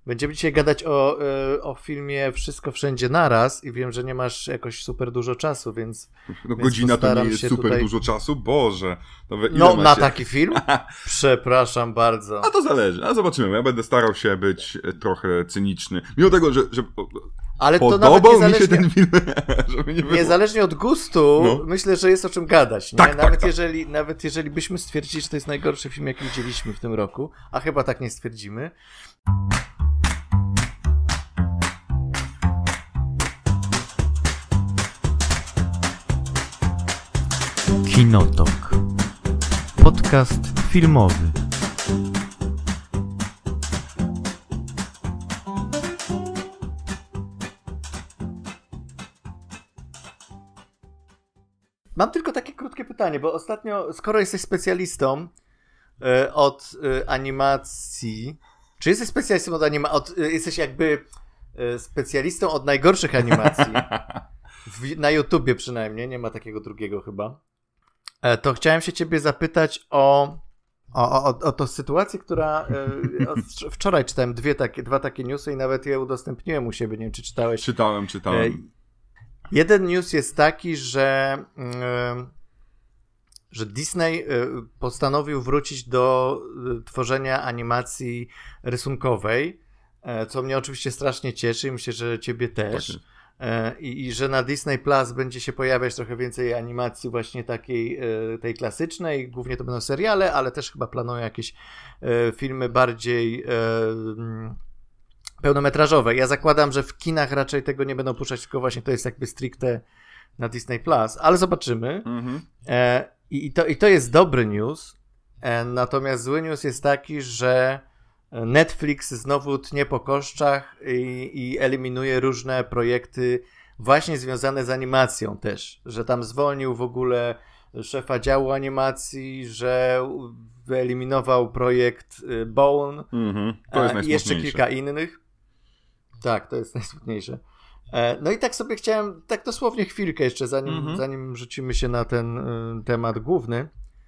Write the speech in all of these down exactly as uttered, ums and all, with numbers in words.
Będziemy dzisiaj gadać o, o filmie Wszystko Wszędzie Naraz i wiem, że nie masz jakoś super dużo czasu, więc No więc godzina to nie jest super tutaj... dużo czasu? Boże. To ile no, na się... taki film? Przepraszam bardzo. A to zależy, a zobaczymy. Ja będę starał się być trochę cyniczny. Mimo tego, że, że Ale to podobał nawet mi się ten film, żeby nie było. Niezależnie od gustu, no. Myślę, że jest o czym gadać. Nie? Tak, nawet, tak, tak. Jeżeli, nawet jeżeli byśmy stwierdzili, że to jest najgorszy film, jaki widzieliśmy w tym roku, a chyba tak nie stwierdzimy. Kinotok. Podcast filmowy. Mam tylko takie krótkie pytanie, bo ostatnio, skoro jesteś specjalistą y, od y, animacji, czy jesteś specjalistą od animacji, y, jesteś jakby y, specjalistą od najgorszych animacji, w, na YouTubie przynajmniej, nie ma takiego drugiego chyba, e, to chciałem się ciebie zapytać o, o, o, o tą sytuację, która y, od, wczoraj czytałem dwie takie, dwa takie newsy i nawet je udostępniłem u siebie, nie wiem czy czytałeś. Czytałem, czytałem. E, Jeden news jest taki, że, yy, że Disney yy, postanowił wrócić do yy, tworzenia animacji rysunkowej, yy, co mnie oczywiście strasznie cieszy i myślę, że ciebie też. Yy, i, I że na Disney Plus będzie się pojawiać trochę więcej animacji właśnie takiej yy, tej klasycznej, głównie to będą seriale, ale też chyba planują jakieś yy, filmy bardziej... Yy, pełnometrażowe. Ja zakładam, że w kinach raczej tego nie będą puszczać, tylko właśnie to jest jakby stricte na Disney Plus, ale zobaczymy. Mm-hmm. E, i, to, I to jest dobry news, e, natomiast zły news jest taki, że Netflix znowu tnie po koszczach i, i eliminuje różne projekty właśnie związane z animacją też, że tam zwolnił w ogóle szefa działu animacji, że wyeliminował projekt Bone mm-hmm. To jest i jeszcze kilka innych. Tak, to jest najsmutniejsze. No i tak sobie chciałem, tak dosłownie chwilkę jeszcze, zanim, mm-hmm. zanim rzucimy się na ten y, temat główny,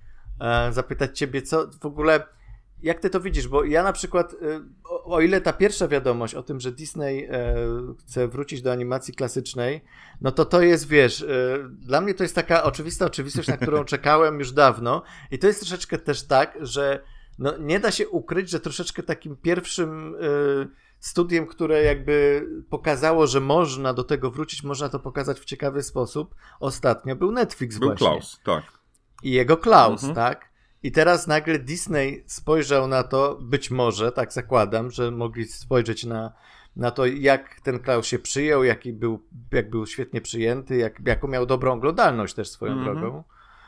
y, zapytać ciebie, co w ogóle, jak ty to widzisz, bo ja na przykład, y, o, o ile ta pierwsza wiadomość o tym, że Disney y, chce wrócić do animacji klasycznej, no to to jest, wiesz, y, dla mnie to jest taka oczywista oczywistość, na którą czekałem już dawno i to jest troszeczkę też tak, że no, nie da się ukryć, że troszeczkę takim pierwszym... Y, studiem, które jakby pokazało, że można do tego wrócić, można to pokazać w ciekawy sposób. Ostatnio był Netflix był właśnie. Był Klaus, tak. I jego Klaus, mhm. tak? I teraz nagle Disney spojrzał na to, być może, tak zakładam, że mogli spojrzeć na, na to, jak ten Klaus się przyjął, jaki był, jak był świetnie przyjęty, jak, jaką miał dobrą oglądalność też swoją mhm. drogą.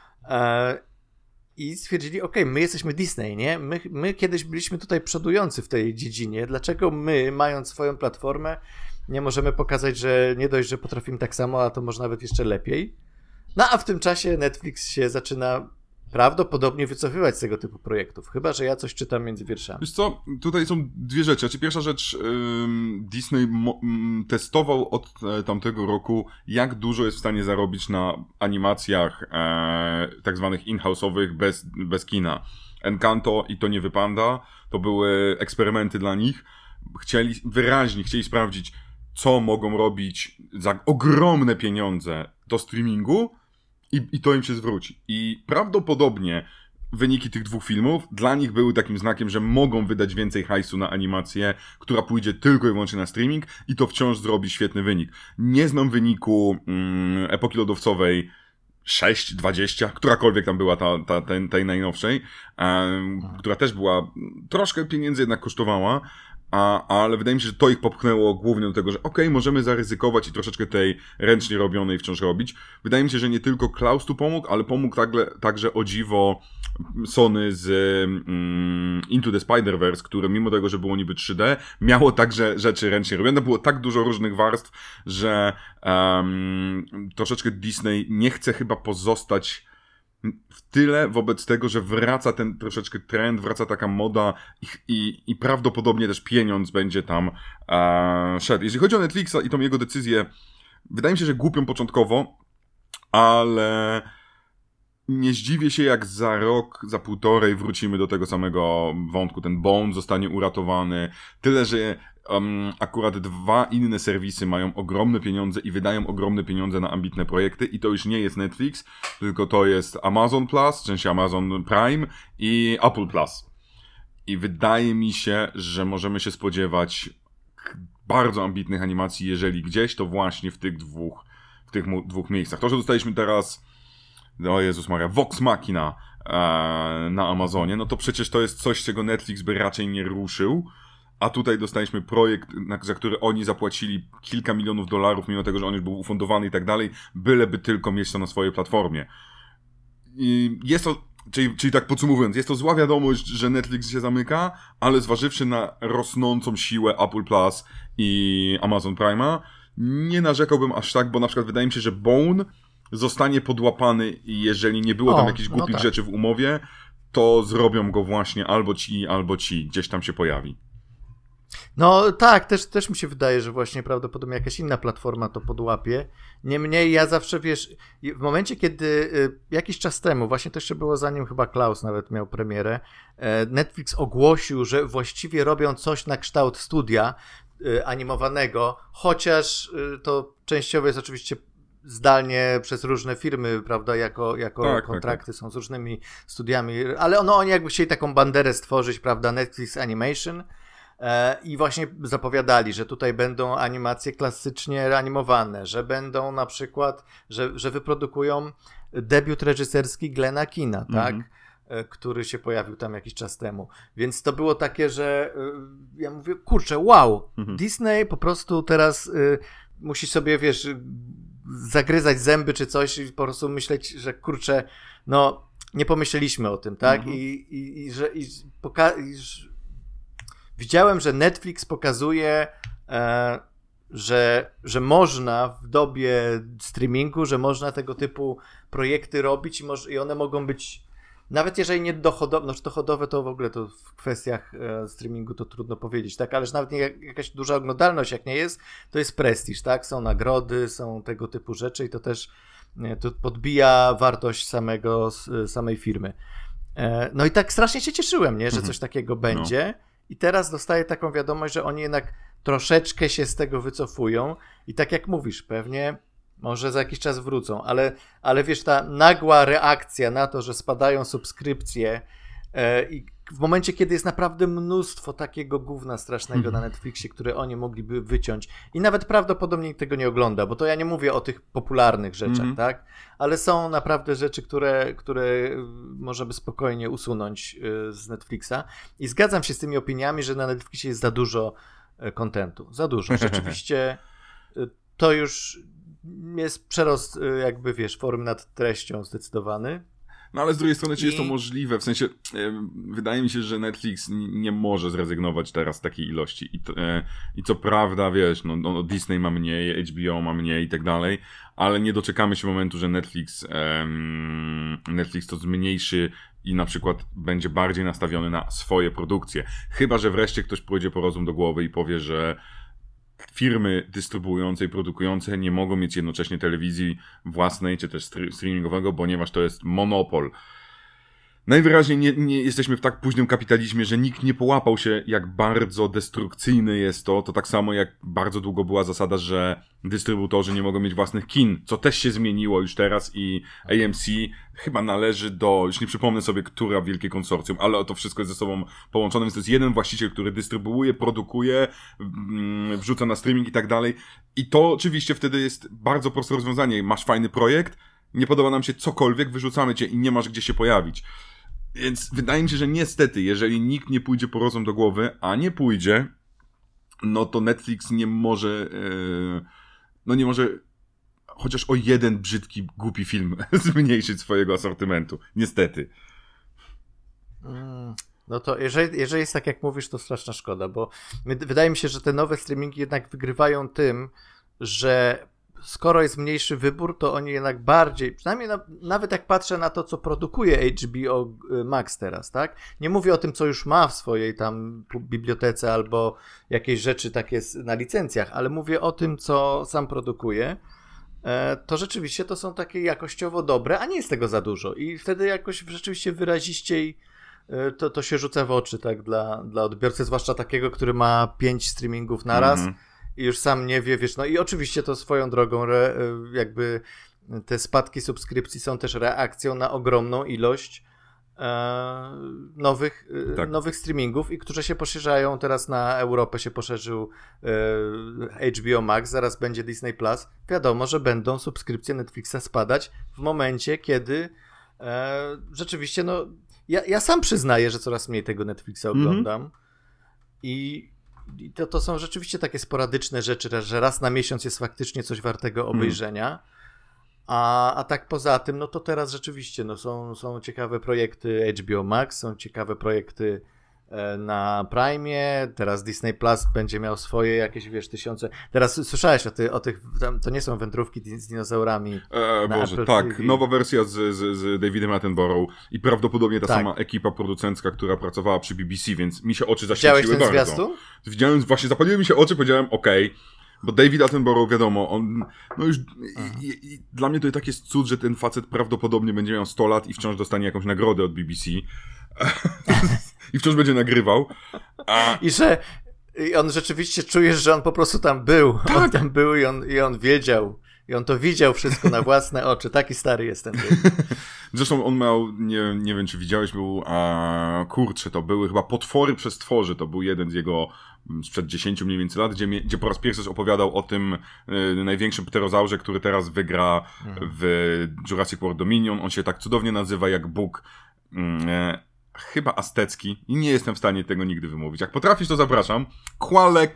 E, I stwierdzili, okej, okay, my jesteśmy Disney, nie? My, my kiedyś byliśmy tutaj przodujący w tej dziedzinie. Dlaczego my, mając swoją platformę, nie możemy pokazać, że nie dość, że potrafimy tak samo, a to może nawet jeszcze lepiej? No a w tym czasie Netflix się zaczyna prawdopodobnie wycofywać z tego typu projektów. Chyba że ja coś czytam między wierszami. Wiesz co, tutaj są dwie rzeczy. Znaczy, pierwsza rzecz, ym, Disney mo- ym, testował od e, tamtego roku, jak dużo jest w stanie zarobić na animacjach e, tak zwanych in-house'owych bez, bez kina. Encanto i To nie wypada, to były eksperymenty dla nich. Chcieli, wyraźnie chcieli sprawdzić, co mogą robić za ogromne pieniądze do streamingu, I, I to im się zwróci. I prawdopodobnie wyniki tych dwóch filmów dla nich były takim znakiem, że mogą wydać więcej hajsu na animację, która pójdzie tylko i wyłącznie na streaming i to wciąż zrobi świetny wynik. Nie znam wyniku mm, Epoki Lodowcowej sześć, dwadzieścia, którakolwiek tam była ta, ta, tej, tej najnowszej, um, która też była, troszkę pieniędzy jednak kosztowała, A, ale wydaje mi się, że to ich popchnęło głównie do tego, że okej, okay, możemy zaryzykować i troszeczkę tej ręcznie robionej wciąż robić. Wydaje mi się, że nie tylko Klaus tu pomógł, ale pomógł tagle, także o dziwo Sony z mm, Into the Spider-Verse, które mimo tego, że było niby trzy D, miało także rzeczy ręcznie robione. Było tak dużo różnych warstw, że um, troszeczkę Disney nie chce chyba pozostać w tyle wobec tego, że wraca ten troszeczkę trend, wraca taka moda i, i, i prawdopodobnie też pieniądz będzie tam e, szedł. Jeżeli chodzi o Netflixa i tą jego decyzję, wydaje mi się, że głupią początkowo, ale nie zdziwię się, jak za rok, za półtorej wrócimy do tego samego wątku. Ten Bone zostanie uratowany. Tyle, że um, akurat dwa inne serwisy mają ogromne pieniądze i wydają ogromne pieniądze na ambitne projekty i to już nie jest Netflix, tylko to jest Amazon Plus, w sensie Amazon Prime i Apple Plus. I wydaje mi się, że możemy się spodziewać bardzo ambitnych animacji, jeżeli gdzieś, to właśnie w tych dwóch, w tych mu, dwóch miejscach. To, że dostaliśmy teraz, o Jezus Maria, Vox Machina e, na Amazonie, no to przecież to jest coś, czego Netflix by raczej nie ruszył, a tutaj dostaliśmy projekt, na, za który oni zapłacili kilka milionów dolarów, mimo tego, że on już był ufundowany i tak dalej, byleby tylko mieć to na swojej platformie. I jest to, czyli, czyli tak podsumowując, jest to zła wiadomość, że Netflix się zamyka, ale zważywszy na rosnącą siłę Apple Plus i Amazon Prime'a, nie narzekałbym aż tak, bo na przykład wydaje mi się, że Bone zostanie podłapany i jeżeli nie było o, tam jakichś głupich no tak. rzeczy w umowie, to zrobią go właśnie albo ci, albo ci, gdzieś tam się pojawi. No tak, też, też mi się wydaje, że właśnie prawdopodobnie jakaś inna platforma to podłapie. Niemniej ja zawsze, wiesz, w momencie, kiedy y, jakiś czas temu, właśnie to jeszcze było zanim chyba Klaus nawet miał premierę, y, Netflix ogłosił, że właściwie robią coś na kształt studia y, animowanego, chociaż y, to częściowo jest oczywiście zdalnie przez różne firmy, prawda, jako, jako tak, kontrakty tak, tak. są z różnymi studiami, ale no, oni jakby chcieli taką banderę stworzyć, prawda, Netflix Animation. I właśnie zapowiadali, że tutaj będą animacje klasycznie animowane, że będą na przykład, że, że wyprodukują debiut reżyserski Glena Keana, tak? Mm-hmm. Który się pojawił tam jakiś czas temu. Więc to było takie, że ja mówię, kurczę, wow, mm-hmm. Disney po prostu teraz y, musi sobie, wiesz, zagryzać zęby czy coś i po prostu myśleć, że kurczę, no nie pomyśleliśmy o tym, tak? Mm-hmm. I, i, i że i poka- i, widziałem, że Netflix pokazuje, e, że, że można w dobie streamingu, że można tego typu projekty robić i, moż, i one mogą być, nawet jeżeli nie dochodowe, no czy dochodowe to w ogóle to w kwestiach e, streamingu to trudno powiedzieć, tak, ale że nawet nie, jakaś duża oglądalność jak nie jest, to jest prestiż, tak, są nagrody, są tego typu rzeczy i to też nie, to podbija wartość samego, samej firmy. E, no i tak strasznie się cieszyłem, nie, że coś takiego będzie. No. I teraz dostaję taką wiadomość, że oni jednak troszeczkę się z tego wycofują i tak jak mówisz, pewnie może za jakiś czas wrócą, ale, ale wiesz, ta nagła reakcja na to, że spadają subskrypcje e, i w momencie, kiedy jest naprawdę mnóstwo takiego gówna strasznego hmm. na Netflixie, które oni mogliby wyciąć i nawet prawdopodobnie nikt tego nie ogląda, bo to ja nie mówię o tych popularnych rzeczach, hmm. tak? Ale są naprawdę rzeczy, które, które możemy spokojnie usunąć z Netflixa i zgadzam się z tymi opiniami, że na Netflixie jest za dużo kontentu, za dużo. Rzeczywiście to już jest przerost jakby, wiesz, forum nad treścią zdecydowany. No ale z drugiej strony, czy I... jest to możliwe? W sensie, e, wydaje mi się, że Netflix n- nie może zrezygnować teraz z takiej ilości. I, to, e, i co prawda, wiesz, no, no Disney ma mniej, H B O ma mniej i tak dalej, ale nie doczekamy się momentu, że Netflix, e, Netflix to zmniejszy i na przykład będzie bardziej nastawiony na swoje produkcje. Chyba że wreszcie ktoś pójdzie po rozum do głowy i powie, że firmy dystrybuujące i produkujące nie mogą mieć jednocześnie telewizji własnej czy też streamingowego, ponieważ to jest monopol. Najwyraźniej nie, nie jesteśmy w tak późnym kapitalizmie, że nikt nie połapał się, jak bardzo destrukcyjny jest to. To tak samo jak bardzo długo była zasada, że dystrybutorzy nie mogą mieć własnych kin, co też się zmieniło już teraz i A M C chyba należy do, już nie przypomnę sobie, która wielkie konsorcjum, ale to wszystko jest ze sobą połączone, więc to jest jeden właściciel, który dystrybuuje, produkuje, wrzuca na streaming i tak dalej. I to oczywiście wtedy jest bardzo proste rozwiązanie. Masz fajny projekt, nie podoba nam się cokolwiek, wyrzucamy cię i nie masz gdzie się pojawić. Więc wydaje mi się, że niestety, jeżeli nikt nie pójdzie po rozum do głowy, a nie pójdzie, no to Netflix nie może, yy, no nie może chociaż o jeden brzydki, głupi film zmniejszyć swojego asortymentu. Niestety. Mm, no to jeżeli, jeżeli jest tak, jak mówisz, to straszna szkoda, bo my, wydaje mi się, że te nowe streamingi jednak wygrywają tym, że skoro jest mniejszy wybór, to oni jednak bardziej, przynajmniej na, nawet jak patrzę na to, co produkuje H B O Max teraz, tak? Nie mówię o tym, co już ma w swojej tam bibliotece albo jakieś rzeczy takie na licencjach, ale mówię o tym, co sam produkuje. E, to rzeczywiście to są takie jakościowo dobre, a nie jest tego za dużo. I wtedy jakoś rzeczywiście wyraziściej to, to się rzuca w oczy, tak, dla, dla odbiorcy, zwłaszcza takiego, który ma pięć streamingów naraz mm-hmm. i już sam nie wie, wiesz, no i oczywiście to swoją drogą re, jakby te spadki subskrypcji są też reakcją na ogromną ilość e, nowych, tak. nowych streamingów, i które się poszerzają. Teraz na Europę się poszerzył e, H B O Max, zaraz będzie Disney Plus. Wiadomo, że będą subskrypcje Netflixa spadać w momencie, kiedy e, rzeczywiście, no ja, ja sam przyznaję, że coraz mniej tego Netflixa oglądam mm-hmm. i I to, to są rzeczywiście takie sporadyczne rzeczy, że raz na miesiąc jest faktycznie coś wartego obejrzenia, mm. a, a tak poza tym, no to teraz rzeczywiście no są, są ciekawe projekty H B O Max, są ciekawe projekty e, na Prime'ie, teraz Disney Plus będzie miał swoje jakieś, wiesz, tysiące. Teraz słyszałeś o, ty, o tych, tam, to nie są wędrówki z dinozaurami. E, Boże, Apple tak, T V. Nowa wersja z, z, z Davidem Attenborough i prawdopodobnie ta tak. sama ekipa producencka, która pracowała przy B B C, więc mi się oczy zaświeciły bardzo. Widziałeś ten zwiastun? Widziałem, właśnie zapaliły mi się oczy, powiedziałem okej, okay, bo David Attenborough, wiadomo, on, no już, i, i, i dla mnie to i tak jest cud, że ten facet prawdopodobnie będzie miał sto lat i wciąż dostanie jakąś nagrodę od B B C. I wciąż będzie nagrywał. A... I że i on rzeczywiście czujesz, że on po prostu tam był. Tak. On tam był i on, i on wiedział. I on to widział wszystko na własne oczy. Taki stary jestem. Zresztą on miał, nie, nie wiem czy widziałeś, był, a, kurczę, to były chyba Potwory przez Tworzy. To był jeden z jego sprzed dziesięciu mniej więcej lat, gdzie, gdzie po raz pierwszy opowiadał o tym y, największym pterozaurze, który teraz wygra mhm. w Jurassic World Dominion. On się tak cudownie nazywa jak Bóg. Y, Chyba aztecki i nie jestem w stanie tego nigdy wymówić. Jak potrafisz, to zapraszam. Quale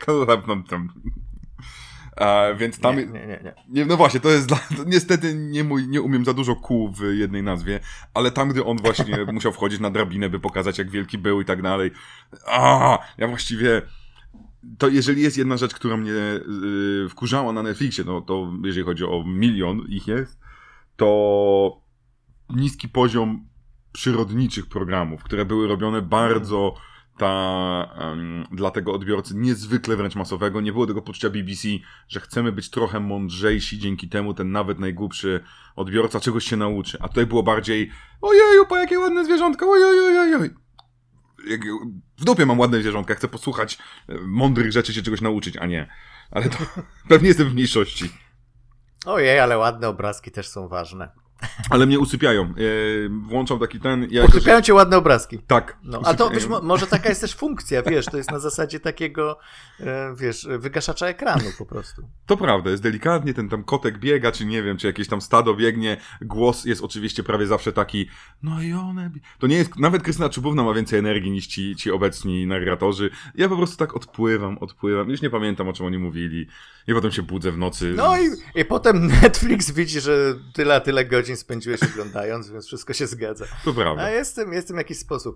A, więc tam... Nie, nie, nie, nie. nie no właśnie, to jest dla... To niestety nie, mój, nie umiem za dużo kół w jednej nazwie, ale tam, gdy on właśnie musiał wchodzić na drabinę, by pokazać, jak wielki był i tak dalej. A, ja właściwie... To jeżeli jest jedna rzecz, która mnie yy, wkurzała na Netflixie, no to jeżeli chodzi o milion ich jest, to niski poziom przyrodniczych programów, które były robione bardzo ta, um, dla tego odbiorcy niezwykle wręcz masowego. Nie było tego poczucia B B C, że chcemy być trochę mądrzejsi, dzięki temu ten nawet najgłupszy odbiorca czegoś się nauczy. A tutaj było bardziej ojeju, po jakie ładne zwierzątka, ojojojojoj. W dupie mam ładne zwierzątka, chcę posłuchać mądrych rzeczy, się czegoś nauczyć, a nie. Ale to pewnie jestem w mniejszości. Ojej, ale ładne obrazki też są ważne. Ale mnie usypiają. Włączam taki ten... Ja usypiają jakoś... cię ładne obrazki. Tak. No, a to wiesz, może taka jest też funkcja, wiesz, to jest na zasadzie takiego, wiesz, wygaszacza ekranu po prostu. To prawda, jest delikatnie, ten tam kotek biega, czy nie wiem, czy jakieś tam stado biegnie, głos jest oczywiście prawie zawsze taki, no i one... To nie jest, nawet Krystyna Czubówna ma więcej energii niż ci, ci obecni narratorzy. Ja po prostu tak odpływam, odpływam, już nie pamiętam, o czym oni mówili. I potem się budzę w nocy. No i, i potem Netflix widzi, że tyle, a tyle godzin spędziłeś oglądając, więc wszystko się zgadza. To prawda. A jest w tym jakiś sposób.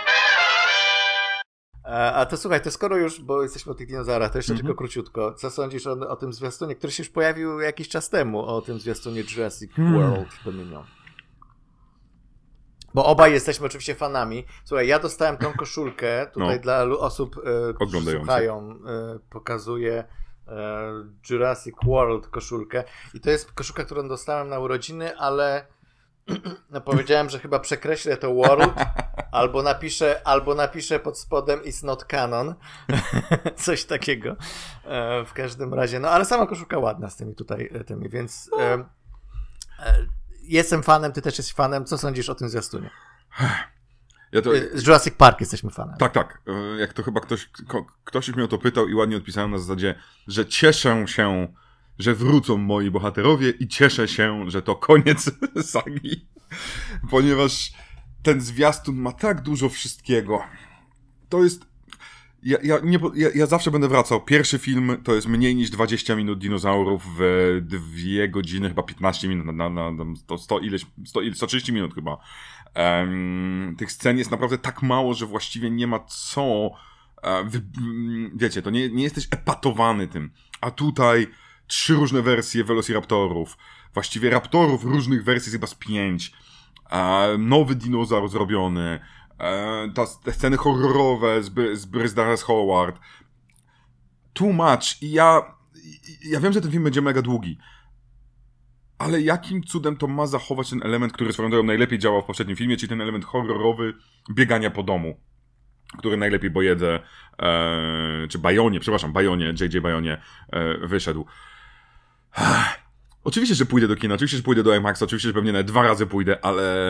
A, a to słuchaj, to skoro już, bo jesteśmy o tych dinozaurach, to jeszcze mm-hmm. tylko króciutko. Co sądzisz o, o tym zwiastunie, który się już pojawił jakiś czas temu, o tym zwiastunie Jurassic hmm. World Dominion? Bo obaj jesteśmy oczywiście fanami. Słuchaj, ja dostałem tą koszulkę, tutaj no. dla osób, e, którzy słuchają, e, pokazuję Jurassic World koszulkę i to jest koszulka, którą dostałem na urodziny, ale no powiedziałem, że chyba przekreślę to World albo napiszę, albo napiszę pod spodem It's not canon coś takiego w każdym razie, no ale sama koszulka ładna z tymi tutaj tymi, więc e, e, jestem fanem, ty też jesteś fanem, co sądzisz o tym zwiastunie? Ja to... Z Jurassic Park jesteśmy fanem. Tak, tak. Jak to chyba ktoś, ktoś już mnie o to pytał i ładnie odpisałem na zasadzie, że cieszę się, że wrócą moi bohaterowie i cieszę się, że to koniec sagi. Ponieważ ten zwiastun ma tak dużo wszystkiego. To jest... Ja, ja, nie, ja, ja zawsze będę wracał. Pierwszy film to jest mniej niż dwadzieścia minut dinozaurów w dwie godziny, chyba piętnaście minut, na, na, na to sto ileś, sto, sto trzydzieści minut chyba. Um, tych scen jest naprawdę tak mało, że właściwie nie ma co... Uh, wy, wiecie, to nie, nie jesteś epatowany tym. A tutaj trzy różne wersje Velociraptorów. Właściwie raptorów różnych wersji chyba z pięć. Uh, nowy dinozaur zrobiony. Uh, ta, te sceny horrorowe z, z Bryce Dallas Howard. Too much. I ja, ja wiem, że ten film będzie mega długi. ale jakim cudem to ma zachować ten element, który swoją drogą najlepiej działał w poprzednim filmie, czyli ten element horrorowy biegania po domu, który najlepiej Bojedze, e, czy Bajonie, przepraszam, Bajonie, J J Bajonie e, wyszedł. Oczywiście, że pójdę do kina, oczywiście, że pójdę do IMAX, oczywiście, że pewnie nawet dwa razy pójdę, ale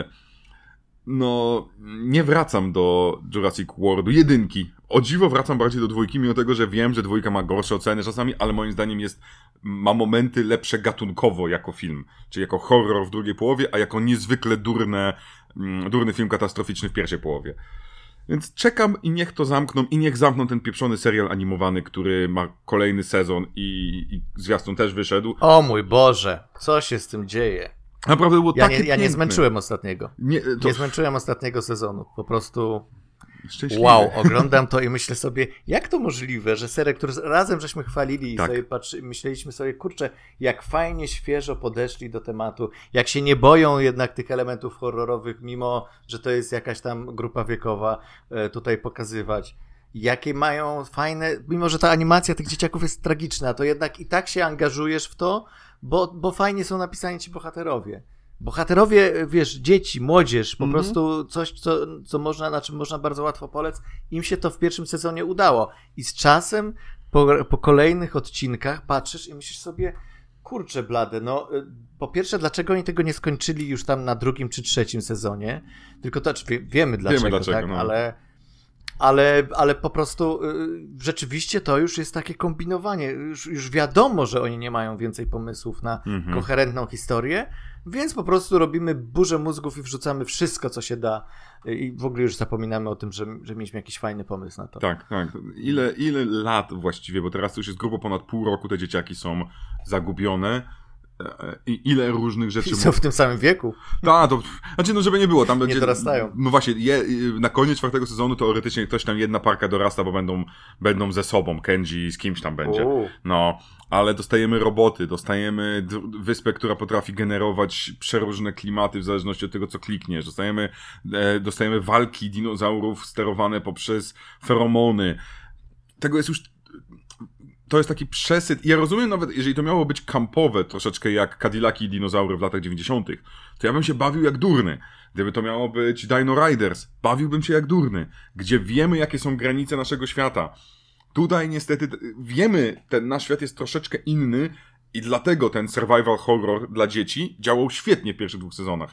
no nie wracam do Jurassic Worldu jedynki. O dziwo wracam bardziej do dwójki, mimo tego, że wiem, że dwójka ma gorsze oceny czasami, ale moim zdaniem jest, ma momenty lepsze gatunkowo jako film. Czyli jako horror w drugiej połowie, a jako niezwykle durne, durny film katastroficzny w pierwszej połowie. Więc czekam i niech to zamkną i niech zamkną ten pieprzony serial animowany, który ma kolejny sezon i, i zwiastun też wyszedł. O mój Boże, co się z tym dzieje? Naprawdę było ja takie nie, ja nie zmęczyłem ostatniego. Nie, to... nie zmęczyłem ostatniego sezonu. Po prostu szczęśliwy. Wow, oglądam to i myślę sobie, jak to możliwe, że serię, który razem żeśmy chwalili i tak. sobie patrzy, myśleliśmy sobie, kurczę, jak fajnie, świeżo podeszli do tematu, jak się nie boją jednak tych elementów horrorowych, mimo że to jest jakaś tam grupa wiekowa, tutaj pokazywać. Jakie mają fajne, mimo że ta animacja tych dzieciaków jest tragiczna, to jednak i tak się angażujesz w to, bo, bo fajnie są napisani ci bohaterowie. Bohaterowie, wiesz, dzieci, młodzież, po mm-hmm. prostu coś, co, co można, na czym można bardzo łatwo polec, im się to w pierwszym sezonie udało. I z czasem, po, po kolejnych odcinkach patrzysz i myślisz sobie, kurczę blade, no po pierwsze, dlaczego oni tego nie skończyli już tam na drugim czy trzecim sezonie, tylko to, wie, wiemy dlaczego, wiemy dlaczego tak, no. ale... Ale, ale po prostu y, rzeczywiście to już jest takie kombinowanie. Już, już wiadomo, że oni nie mają więcej pomysłów na mm-hmm. koherentną historię, więc po prostu robimy burzę mózgów i wrzucamy wszystko, co się da. I w ogóle już zapominamy o tym, że, że mieliśmy jakiś fajny pomysł na to. Tak, tak. Ile, ile lat właściwie, bo teraz to już jest grubo ponad pół roku, te dzieciaki są zagubione. I ile różnych rzeczy... I są w tym samym wieku. Tak, to... Znaczy, no żeby nie było, tam będzie... Nie dorastają. No właśnie, je, na koniec czwartego sezonu teoretycznie ktoś tam, jedna parka dorasta, bo będą, będą ze sobą, Kenji z kimś tam będzie. U. No, ale dostajemy roboty, dostajemy wyspę, która potrafi generować przeróżne klimaty w zależności od tego, co klikniesz. Dostajemy, e, dostajemy walki dinozaurów sterowane poprzez feromony. Tego jest już... To jest taki przesyt. I ja rozumiem nawet, jeżeli to miało być kampowe, troszeczkę jak Cadillaki i dinozaury w latach dziewięćdziesiątych, to ja bym się bawił jak durny. Gdyby to miało być Dino Riders, bawiłbym się jak durny. Gdzie wiemy, jakie są granice naszego świata. Tutaj niestety wiemy, ten nasz świat jest troszeczkę inny i dlatego ten survival horror dla dzieci działał świetnie w pierwszych dwóch sezonach.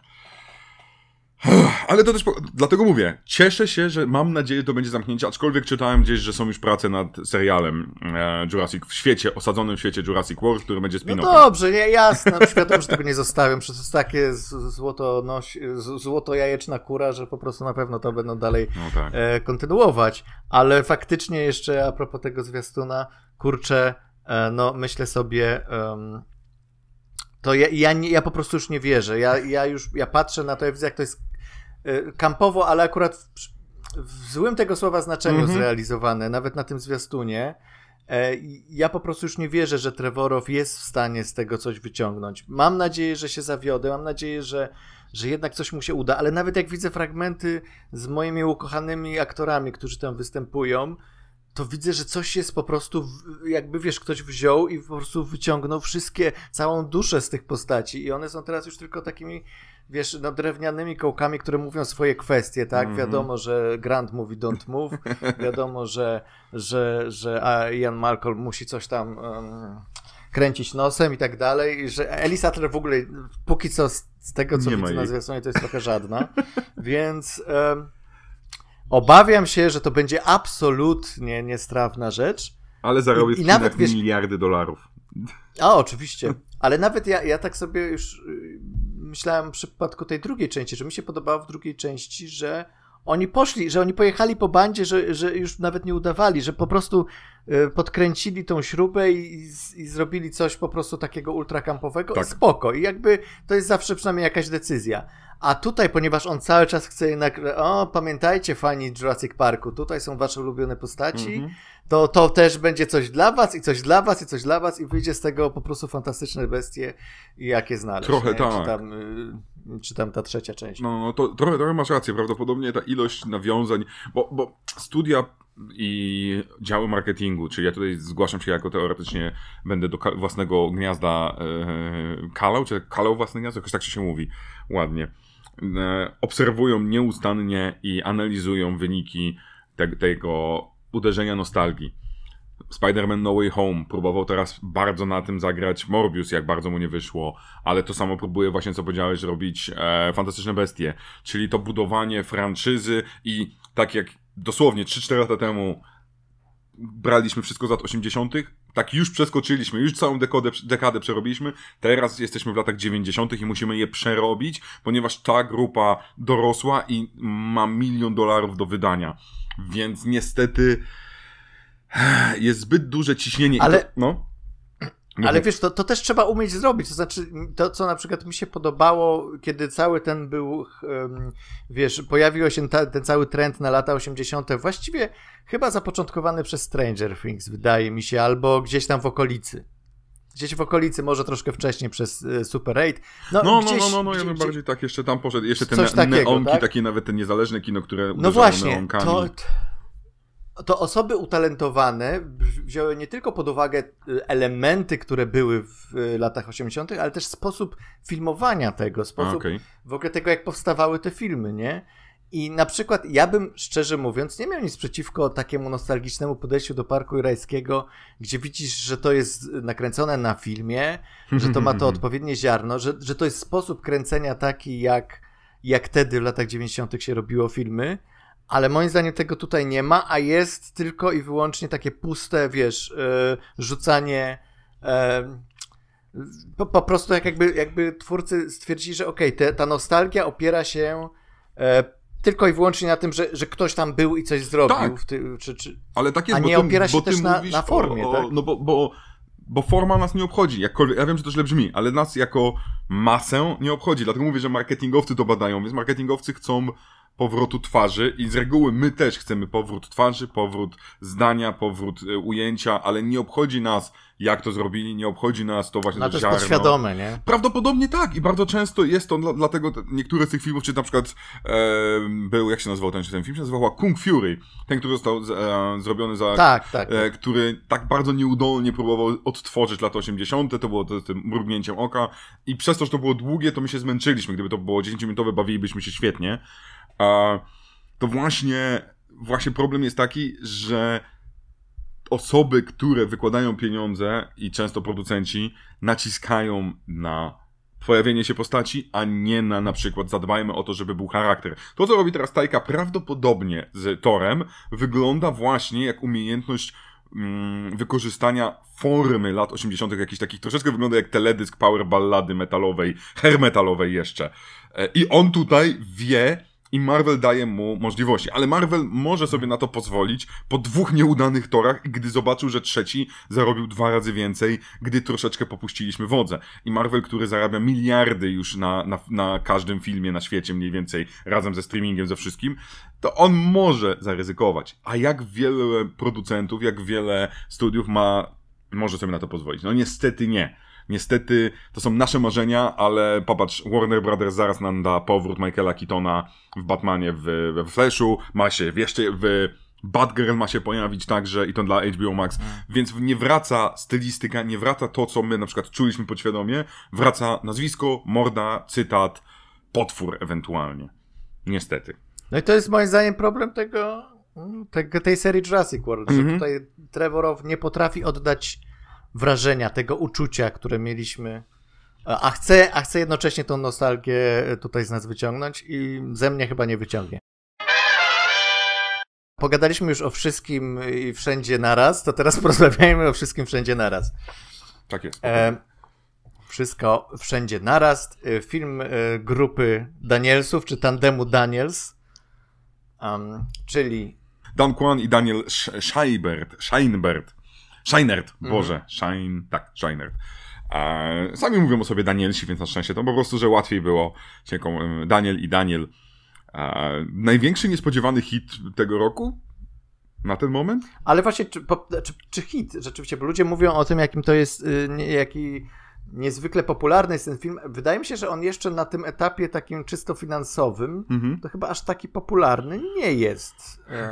Ale to też, dlatego mówię, cieszę się, że mam nadzieję, że to będzie zamknięcie, aczkolwiek czytałem gdzieś, że są już prace nad serialem e, Jurassic w świecie, osadzonym w świecie Jurassic World, który będzie spin-offem. No dobrze, nie, jasne, no, świadomo, że tego nie zostawiam, przecież to jest takie złoto, noś, złoto jajeczna kura, że po prostu na pewno to będą dalej no tak. e, kontynuować, ale faktycznie jeszcze a propos tego zwiastuna, kurczę, e, no myślę sobie... Um, to ja, ja, nie, ja po prostu już nie wierzę. Ja, ja już ja patrzę na to, jak to jest y, kampowo, ale akurat w, w złym tego słowa znaczeniu mm-hmm. zrealizowane, nawet na tym zwiastunie. E, ja po prostu już nie wierzę, że Trevorow jest w stanie z tego coś wyciągnąć. Mam nadzieję, że się zawiodę, mam nadzieję, że, że jednak coś mu się uda, ale nawet jak widzę fragmenty z moimi ukochanymi aktorami, którzy tam występują, to widzę, że coś jest po prostu, jakby wiesz, ktoś wziął i po prostu wyciągnął wszystkie, całą duszę z tych postaci i one są teraz już tylko takimi, wiesz, no drewnianymi kołkami, które mówią swoje kwestie, tak? Mm-hmm. Wiadomo, że Grant mówi don't move, wiadomo, że, że, że Ian Malcolm musi coś tam um, kręcić nosem i tak dalej, i że Ellie Sattler w ogóle póki co z, z tego, co nie widzę na zwiastunie, to jest trochę żadna, więc... Um, Obawiam się, że to będzie absolutnie niestrawna rzecz. Ale zarobi w I nawet, wiesz, miliardy dolarów. A, oczywiście. Ale nawet ja, ja tak sobie już myślałem w przypadku tej drugiej części, że mi się podobało w drugiej części, że oni poszli, że oni pojechali po bandzie, że, że już nawet nie udawali, że po prostu podkręcili tą śrubę i, i zrobili coś po prostu takiego ultrakampowego. Tak. Spoko. I jakby to jest zawsze przynajmniej jakaś decyzja. A tutaj, ponieważ on cały czas chce jednak, o, pamiętajcie fani Jurassic Parku, tutaj są wasze ulubione postaci, mm-hmm. to, to też będzie coś dla was i coś dla was i coś dla was i wyjdzie z tego po prostu fantastyczne bestie i jakie znaleźć. Trochę nie? tak. Czy tam, y, czy tam ta trzecia część. No, no to trochę, trochę masz rację, prawdopodobnie ta ilość nawiązań, bo, bo studia i działy marketingu, czyli ja tutaj zgłaszam się jako teoretycznie będę do ka- własnego gniazda e, kalał, czy kalał własne gniazdo, jakoś tak się mówi ładnie. E, obserwują nieustannie i analizują wyniki te- tego uderzenia nostalgii. Spider-Man No Way Home próbował teraz bardzo na tym zagrać Morbius, jak bardzo mu nie wyszło, ale to samo próbuje właśnie, co powiedziałeś, robić e, Fantastyczne Bestie, czyli to budowanie franczyzy i tak jak dosłownie trzy cztery lata temu braliśmy wszystko z lat osiemdziesiątych, tak już przeskoczyliśmy, już całą dekadę, dekadę przerobiliśmy, teraz jesteśmy w latach dziewięćdziesiątych i musimy je przerobić, ponieważ ta grupa dorosła i ma milion dolarów do wydania, więc niestety jest zbyt duże ciśnienie. Ale, to, no. ale wiesz, to, to też trzeba umieć zrobić. To znaczy, to co na przykład mi się podobało, kiedy cały ten był, um, wiesz, pojawił się ta, ten cały trend na lata osiemdziesiąte, właściwie chyba zapoczątkowany przez Stranger Things, wydaje mi się, albo gdzieś tam w okolicy. Gdzieś w okolicy, może troszkę wcześniej przez y, Super osiem. No, no, gdzieś, no, no, no, no, ja bym gdzie, bardziej tak jeszcze tam poszedł. Jeszcze te coś ne- takiego, neonki, tak? takie nawet te niezależne kino, które no uderzało właśnie, neonkami. To, to osoby utalentowane wzięły nie tylko pod uwagę elementy, które były w latach osiemdziesiątych, ale też sposób filmowania tego, sposób okay. w ogóle tego, jak powstawały te filmy, nie? I na przykład ja bym, szczerze mówiąc, nie miał nic przeciwko takiemu nostalgicznemu podejściu do Parku Jurajskiego, gdzie widzisz, że to jest nakręcone na filmie, że to ma to odpowiednie ziarno, że, że to jest sposób kręcenia taki, jak, jak wtedy w latach dziewięćdziesiątych się robiło filmy, ale moim zdaniem tego tutaj nie ma, a jest tylko i wyłącznie takie puste, wiesz, yy, rzucanie... Yy, po, po prostu jak jakby, jakby twórcy stwierdzili, że okej, okay, ta nostalgia opiera się... Yy, tylko i wyłącznie na tym, że, że ktoś tam był i coś zrobił. Tak. W ty, czy, czy... Ale tak jest, a nie bo ty, opiera się bo ty też na, mówisz na formie, o, o, tak? No bo, bo, bo forma nas nie obchodzi. Jakkolwiek, ja wiem, że to źle brzmi, ale nas jako masę nie obchodzi. Dlatego mówię, że marketingowcy to badają, więc marketingowcy chcą powrotu twarzy i z reguły my też chcemy powrót twarzy, powrót zdania, powrót e, ujęcia, ale nie obchodzi nas, jak to zrobili, nie obchodzi nas to właśnie no, to to jest ziarno. podświadome, nie? Prawdopodobnie tak i bardzo często jest to, dla, dlatego te, niektóre z tych filmów, czy na przykład e, był, jak się nazywał ten, ten film, się nazywał Kung Fury, ten, który został z, e, zrobiony za, tak, tak, e, który tak bardzo nieudolnie próbował odtworzyć lata osiemdziesiąte, to było to, tym mrugnięciem oka i przez to, że to było długie, to my się zmęczyliśmy, gdyby to było dziesięciominutowe, bawilibyśmy się świetnie. A to właśnie, właśnie problem jest taki, że osoby, które wykładają pieniądze i często producenci naciskają na pojawienie się postaci, a nie na na przykład zadbajmy o to, żeby był charakter. To, co robi teraz Taika prawdopodobnie z Thorem, wygląda właśnie jak umiejętność mm, wykorzystania formy lat osiemdziesiątych, jakichś takich, troszeczkę wygląda jak teledysk power ballady metalowej, hair metalowej jeszcze. I on tutaj wie, i Marvel daje mu możliwości, ale Marvel może sobie na to pozwolić po dwóch nieudanych torach, gdy zobaczył, że trzeci zarobił dwa razy więcej, gdy troszeczkę popuściliśmy wodze. I Marvel, który zarabia miliardy już na, na, na każdym filmie na świecie mniej więcej, razem ze streamingiem, ze wszystkim, to on może zaryzykować. A jak wiele producentów, jak wiele studiów ma, może sobie na to pozwolić? No niestety nie. Niestety to są nasze marzenia, ale popatrz, Warner Brothers zaraz nam da powrót Michaela Keatona w Batmanie, w, we Flashu, ma się, jeszcze w Batgirl ma się pojawić także i to dla H B O Max, mm. więc nie wraca stylistyka, nie wraca to, co my na przykład czuliśmy podświadomie, wraca nazwisko, morda, cytat, potwór ewentualnie. Niestety. No i to jest moim zdaniem problem tego, tego tej serii Jurassic World, mm-hmm. że tutaj Trevorow nie potrafi oddać wrażenia, tego uczucia, które mieliśmy, a chce, a chce jednocześnie tą nostalgię tutaj z nas wyciągnąć i ze mnie chyba nie wyciągnie. Pogadaliśmy już o wszystkim i wszędzie naraz, to teraz porozmawiajmy o wszystkim wszędzie naraz. Tak jest. E, wszystko wszędzie naraz. Film e, grupy Danielsów, czy tandemu Daniels, um, czyli Dan Kwan i Daniel Scheinert. Scheinert. Scheinert, Boże, mm. Shine, tak, Scheinert. E, sami mówią o sobie Danielsi, więc na szczęście to po prostu, że łatwiej było się Daniel i Daniel. E, największy niespodziewany hit tego roku? Na ten moment? Ale właśnie, czy, po, czy, czy hit? Rzeczywiście, bo ludzie mówią o tym, jakim to jest, nie, jaki niezwykle popularny jest ten film. Wydaje mi się, że on jeszcze na tym etapie takim czysto finansowym, mm-hmm. to chyba aż taki popularny nie jest. E.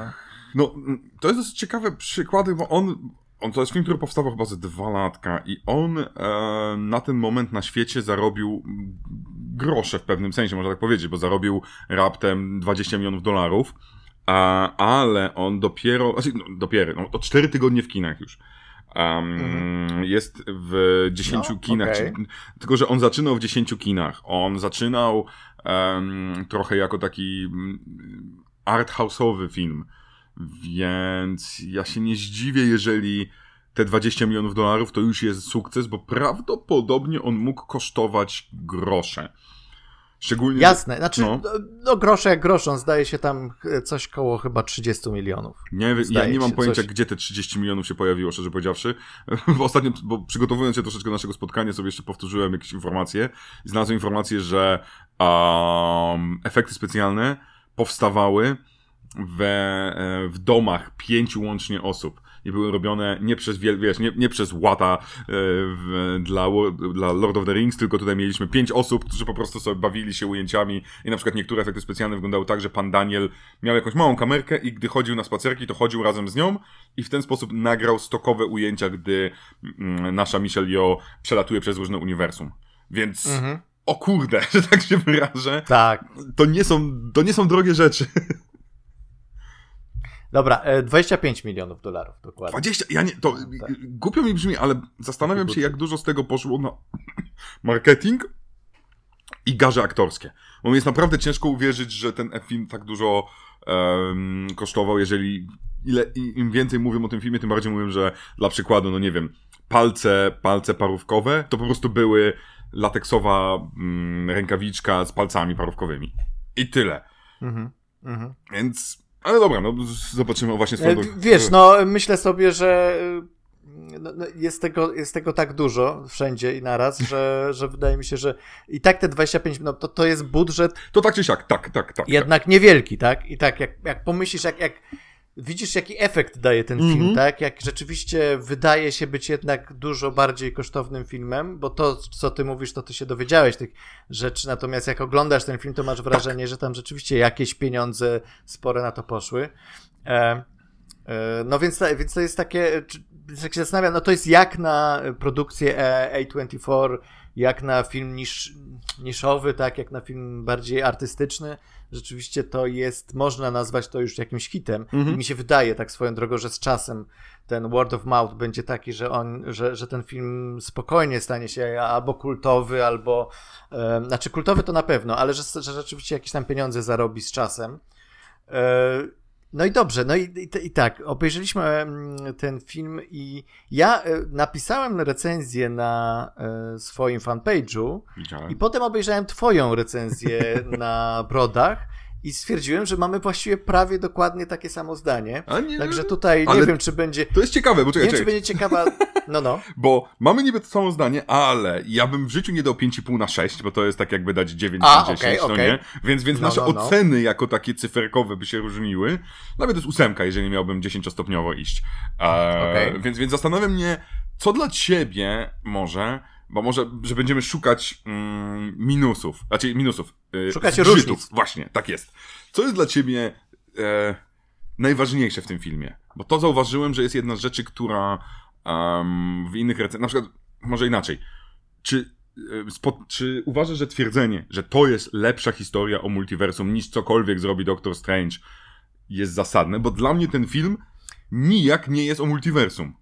No, to jest dosyć ciekawe przykłady, bo on, on to jest film, który powstawał chyba ze dwa latka i on e, na ten moment na świecie zarobił grosze w pewnym sensie, można tak powiedzieć, bo zarobił raptem dwadzieścia milionów dolarów, a, ale on dopiero, znaczy, no, dopiero, no, to cztery tygodnie w kinach już. Um, mhm. Jest w dziesięciu no, kinach, okay. czy, tylko że on zaczynał w dziesięciu kinach. On zaczynał um, trochę jako taki art house'owy film, więc ja się nie zdziwię, jeżeli te dwadzieścia milionów dolarów to już jest sukces, bo prawdopodobnie on mógł kosztować grosze. Szczególnie, Jasne, znaczy no. no grosze jak grosze, on zdaje się tam coś koło chyba trzydzieści milionów. Nie, ja nie mam pojęcia, coś... gdzie te trzydzieści milionów się pojawiło, szczerze powiedziawszy, bo ostatnio, bo przygotowując się troszeczkę do naszego spotkania, sobie jeszcze powtórzyłem jakieś informacje i znalazłem informację, że um, efekty specjalne powstawały we, w domach pięciu łącznie osób. I były robione nie przez wiel, wiesz, nie, nie przez łata e, w, dla, dla Lord of the Rings, tylko tutaj mieliśmy pięć osób, którzy po prostu sobie bawili się ujęciami i na przykład niektóre efekty specjalne wyglądały tak, że pan Daniel miał jakąś małą kamerkę i gdy chodził na spacerki, to chodził razem z nią i w ten sposób nagrał stokowe ujęcia, gdy mm, nasza Michelle Yeoh przelatuje przez różne uniwersum. Więc mhm. o kurde, że tak się wyrażę, tak. to nie są, to nie są drogie rzeczy. Dobra, dwadzieścia pięć milionów dolarów dokładnie. dwadzieścia? Ja nie, to no, tak. Głupio mi brzmi, ale zastanawiam się, jak dużo z tego poszło na marketing i garze aktorskie. Bo mi jest naprawdę ciężko uwierzyć, że ten film tak dużo um, kosztował, jeżeli ile, im więcej mówią o tym filmie, tym bardziej mówią, że dla przykładu, no nie wiem, palce, palce parówkowe to po prostu były lateksowa mm, rękawiczka z palcami parówkowymi. I tyle. Mhm, mhm. Więc... Ale dobra, no zobaczymy właśnie z powodu... Wiesz, no myślę sobie, że no, jest, tego, jest tego tak dużo wszędzie i naraz, że, że wydaje mi się, że i tak te dwadzieścia pięć, no to, to jest budżet... To tak czy siak, tak, tak, tak. Jednak tak. niewielki, tak? I tak jak, jak pomyślisz, jak, jak widzisz, jaki efekt daje ten film, mm-hmm. tak? Jak rzeczywiście wydaje się być jednak dużo bardziej kosztownym filmem, bo to, co ty mówisz, to ty się dowiedziałeś tych rzeczy, natomiast jak oglądasz ten film, to masz wrażenie, tak. że tam rzeczywiście jakieś pieniądze spore na to poszły. E, e, no więc, więc to jest takie, jak się zastanawiam, no to jest jak na produkcję A dwadzieścia cztery, jak na film nisz, niszowy, tak, jak na film bardziej artystyczny. Rzeczywiście to jest, można nazwać to już jakimś hitem. Mm-hmm. I mi się wydaje, tak swoją drogą, że z czasem ten word of mouth będzie taki, że on, że, że ten film spokojnie stanie się albo kultowy, albo, e, znaczy kultowy to na pewno, ale że, że rzeczywiście jakieś tam pieniądze zarobi z czasem. E, No i dobrze, no i, i, i tak, obejrzeliśmy ten film i ja napisałem recenzję na swoim fanpage'u i potem obejrzałem twoją recenzję na Brodach i stwierdziłem, że mamy właściwie prawie dokładnie takie samo zdanie. Nie, Także tutaj nie wiem, czy będzie... To jest ciekawe, bo czekaj, Nie wiem, czy będzie ciekawa... No, no. Bo mamy niby to samo zdanie, ale ja bym w życiu nie dał pięć i pół na sześć, bo to jest tak jakby dać dziewięć na dziesięć, okay, no okay. nie? Więc, więc no, nasze no, no. oceny jako takie cyferkowe by się różniły. Nawet to jest ósemka, jeżeli miałbym dziesięciostopniowo iść. E, okay. więc, więc zastanawiam mnie, co dla ciebie może... Bo może, że będziemy szukać mm, minusów. Znaczy minusów. Yy, szukać różnic. Właśnie, tak jest. Co jest dla ciebie e, najważniejsze w tym filmie? Bo to zauważyłem, że jest jedna z rzeczy, która um, w innych recenzjach... Na przykład, może inaczej. Czy, e, spo, czy uważasz, że twierdzenie, że to jest lepsza historia o multiversum niż cokolwiek zrobi Doctor Strange jest zasadne? Bo dla mnie ten film nijak nie jest o multiversum.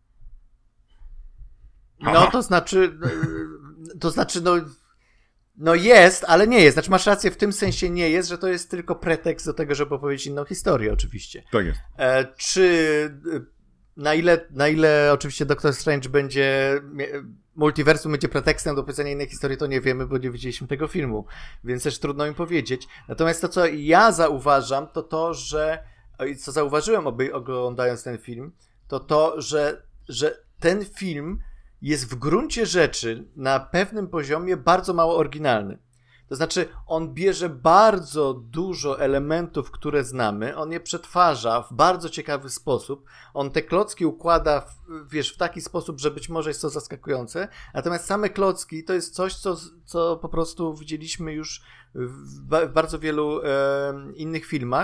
No, to znaczy, to znaczy, no, no jest, ale nie jest. Znaczy masz rację, w tym sensie nie jest, że to jest tylko pretekst do tego, żeby opowiedzieć inną historię, oczywiście. Tak jest. E, czy, na ile, na ile oczywiście Doctor Strange będzie, multiversum będzie pretekstem do opowiedzenia innej historii, to nie wiemy, bo nie widzieliśmy tego filmu, więc też trudno im powiedzieć. Natomiast to, co ja zauważam, to to, że, co zauważyłem oby, oglądając ten film, to to, że, że ten film jest w gruncie rzeczy na pewnym poziomie bardzo mało oryginalny. To znaczy, on bierze bardzo dużo elementów, które znamy, on je przetwarza w bardzo ciekawy sposób, on te klocki układa, w, wiesz, w taki sposób, że być może jest to zaskakujące, natomiast same klocki to jest coś, co, co po prostu widzieliśmy już w, ba- w bardzo wielu e, innych filmach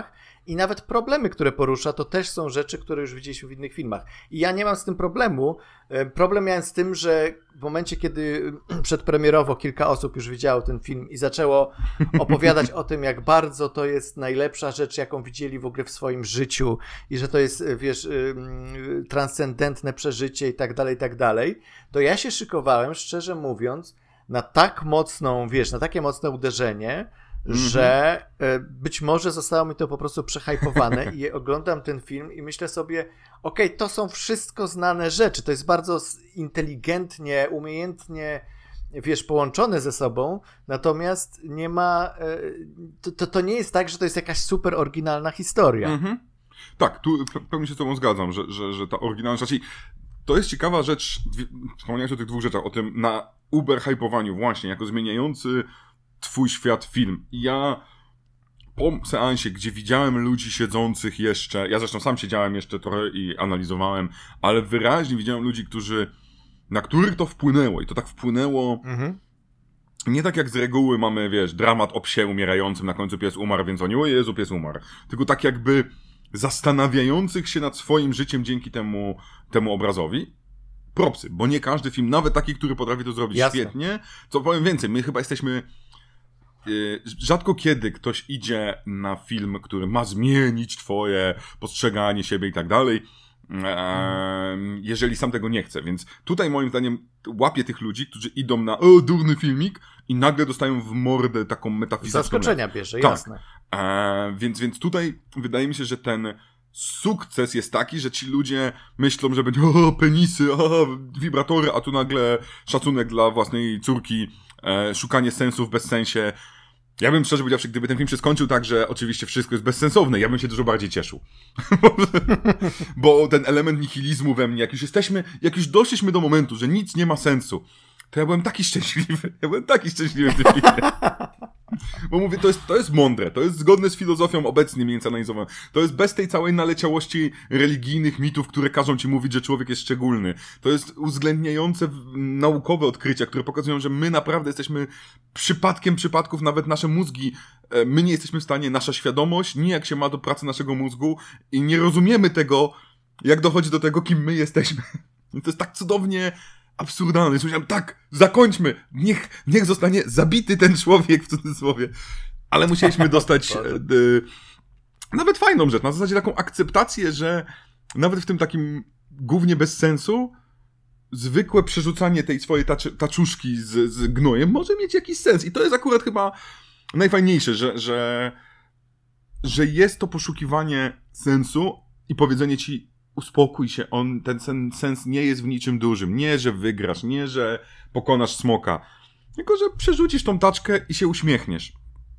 i nawet problemy, które porusza, to też są rzeczy, które już widzieliśmy w innych filmach. I ja nie mam z tym problemu. Problem miałem z tym, że w momencie, kiedy przedpremierowo kilka osób już widziało ten film i zaczęło opowiadać o tym, jak bardzo to jest najlepsza rzecz, jaką widzieli w ogóle w swoim życiu i że to jest, wiesz, transcendentne przeżycie i tak dalej, i tak dalej, to ja się szykowałem, szczerze mówiąc, na tak mocną, wiesz, na takie mocne uderzenie, że mm-hmm. być może zostało mi to po prostu przehajpowane i oglądam ten film i myślę sobie, okej, okay, to są wszystko znane rzeczy, to jest bardzo inteligentnie, umiejętnie, wiesz, połączone ze sobą, natomiast nie ma, to, to, to nie jest tak, że to jest jakaś super oryginalna historia. Mm-hmm. Tak, tu pełnie się z tobą zgadzam, że, że, że ta oryginalna rzecz, to jest ciekawa rzecz, wspomniałeś o tych dwóch rzeczach, o tym na uber hypowaniu właśnie, jako zmieniający twój świat film. I ja po seansie, gdzie widziałem ludzi siedzących jeszcze, ja zresztą sam siedziałem jeszcze trochę i analizowałem, ale wyraźnie widziałem ludzi, którzy, na których to wpłynęło i to tak wpłynęło mhm. nie tak jak z reguły mamy, wiesz, dramat o psie umierającym, na końcu pies umarł, więc oni, o Jezu, pies umarł. Tylko tak jakby zastanawiających się nad swoim życiem dzięki temu, temu obrazowi. Propsy, bo nie każdy film, nawet taki, który potrafi to zrobić Jasne. Świetnie, co powiem więcej, my chyba jesteśmy rzadko kiedy ktoś idzie na film, który ma zmienić twoje postrzeganie siebie i tak dalej, jeżeli sam tego nie chce. Więc tutaj moim zdaniem łapię tych ludzi, którzy idą na o, durny filmik i nagle dostają w mordę taką metafizyczną... Zaskoczenia bierze, tak. jasne. E, więc, więc tutaj wydaje mi się, że ten sukces jest taki, że ci ludzie myślą, że będzie o, penisy, o, wibratory, a tu nagle szacunek dla własnej córki, e, szukanie sensu w bezsensie. Ja bym szczerze powiedziawszy, gdyby ten film się skończył tak, że oczywiście wszystko jest bezsensowne, ja bym się dużo bardziej cieszył. Bo ten element nihilizmu we mnie, jak już jesteśmy, jak już doszliśmy do momentu, że nic nie ma sensu, to ja byłem taki szczęśliwy. Ja byłem taki szczęśliwy w tym filmie. Bo mówię, to jest, to jest mądre, to jest zgodne z filozofią obecnie mniej więcej analizowaną. To jest bez tej całej naleciałości religijnych mitów, które każą ci mówić, że człowiek jest szczególny. To jest uwzględniające naukowe odkrycia, które pokazują, że my naprawdę jesteśmy przypadkiem przypadków, nawet nasze mózgi, my nie jesteśmy w stanie, nasza świadomość nijak się ma do pracy naszego mózgu i nie rozumiemy tego, jak dochodzi do tego, kim my jesteśmy. To jest tak cudownie absurdalne. Więc myślałem, tak, zakończmy. Niech, niech zostanie zabity ten człowiek, w cudzysłowie. Ale musieliśmy dostać e, e, nawet fajną rzecz. Na zasadzie taką akceptację, że nawet w tym takim głównie bez sensu zwykłe przerzucanie tej swojej taczy, taczuszki z, z gnojem może mieć jakiś sens. I to jest akurat chyba najfajniejsze, że, że, że jest to poszukiwanie sensu i powiedzenie ci, uspokój się, on, ten sen, sens nie jest w niczym dużym. Nie, że wygrasz, nie, że pokonasz smoka. Tylko, że przerzucisz tą taczkę i się uśmiechniesz.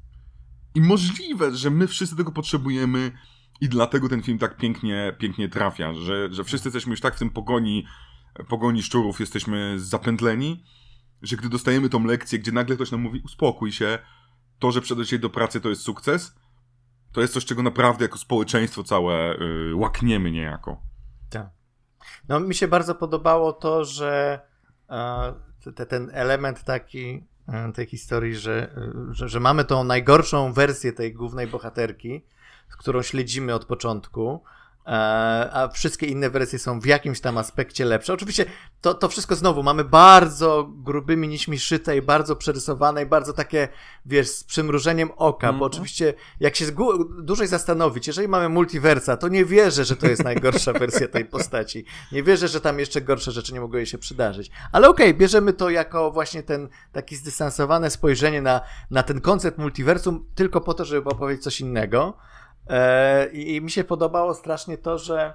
I możliwe, że my wszyscy tego potrzebujemy i dlatego ten film tak pięknie, pięknie trafia, że, że wszyscy jesteśmy już tak w tym pogoni, pogoni szczurów, jesteśmy zapętleni, że gdy dostajemy tą lekcję, gdzie nagle ktoś nam mówi, uspokój się, to, że przyszedłeś dzisiaj do pracy, to jest sukces, to jest coś, czego naprawdę jako społeczeństwo całe yy, łakniemy niejako. Tak. No mi się bardzo podobało to, że e, te, ten element taki e, tej historii, że, że, że mamy tą najgorszą wersję tej głównej bohaterki, którą śledzimy od początku, a wszystkie inne wersje są w jakimś tam aspekcie lepsze. Oczywiście to, to wszystko znowu mamy bardzo grubymi nićmi szyte i bardzo przerysowane i bardzo takie, wiesz, z przymrużeniem oka, mm-hmm. bo oczywiście jak się zgu- dłużej zastanowić, jeżeli mamy multiversa, to nie wierzę, że to jest najgorsza wersja tej postaci. Nie wierzę, że tam jeszcze gorsze rzeczy nie mogły jej się przydarzyć. Ale okej, okay, bierzemy to jako właśnie ten taki zdystansowane spojrzenie na, na ten koncept multiversum tylko po to, żeby opowiedzieć coś innego. I, I mi się podobało strasznie to, że,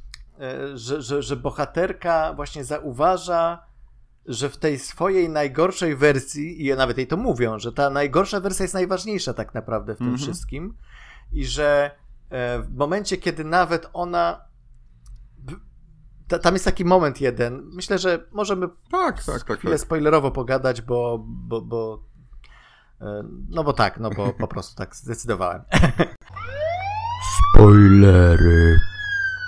że, że, że bohaterka właśnie zauważa, że w tej swojej najgorszej wersji, i nawet jej to mówią, że ta najgorsza wersja jest najważniejsza tak naprawdę w tym mm-hmm. wszystkim i że w momencie, kiedy nawet ona... Tam jest taki moment jeden, myślę, że możemy tak, tak, tak, chwilę tak. spoilerowo pogadać, bo, bo, bo no bo tak, no bo po prostu tak zdecydowałem. Spoilery.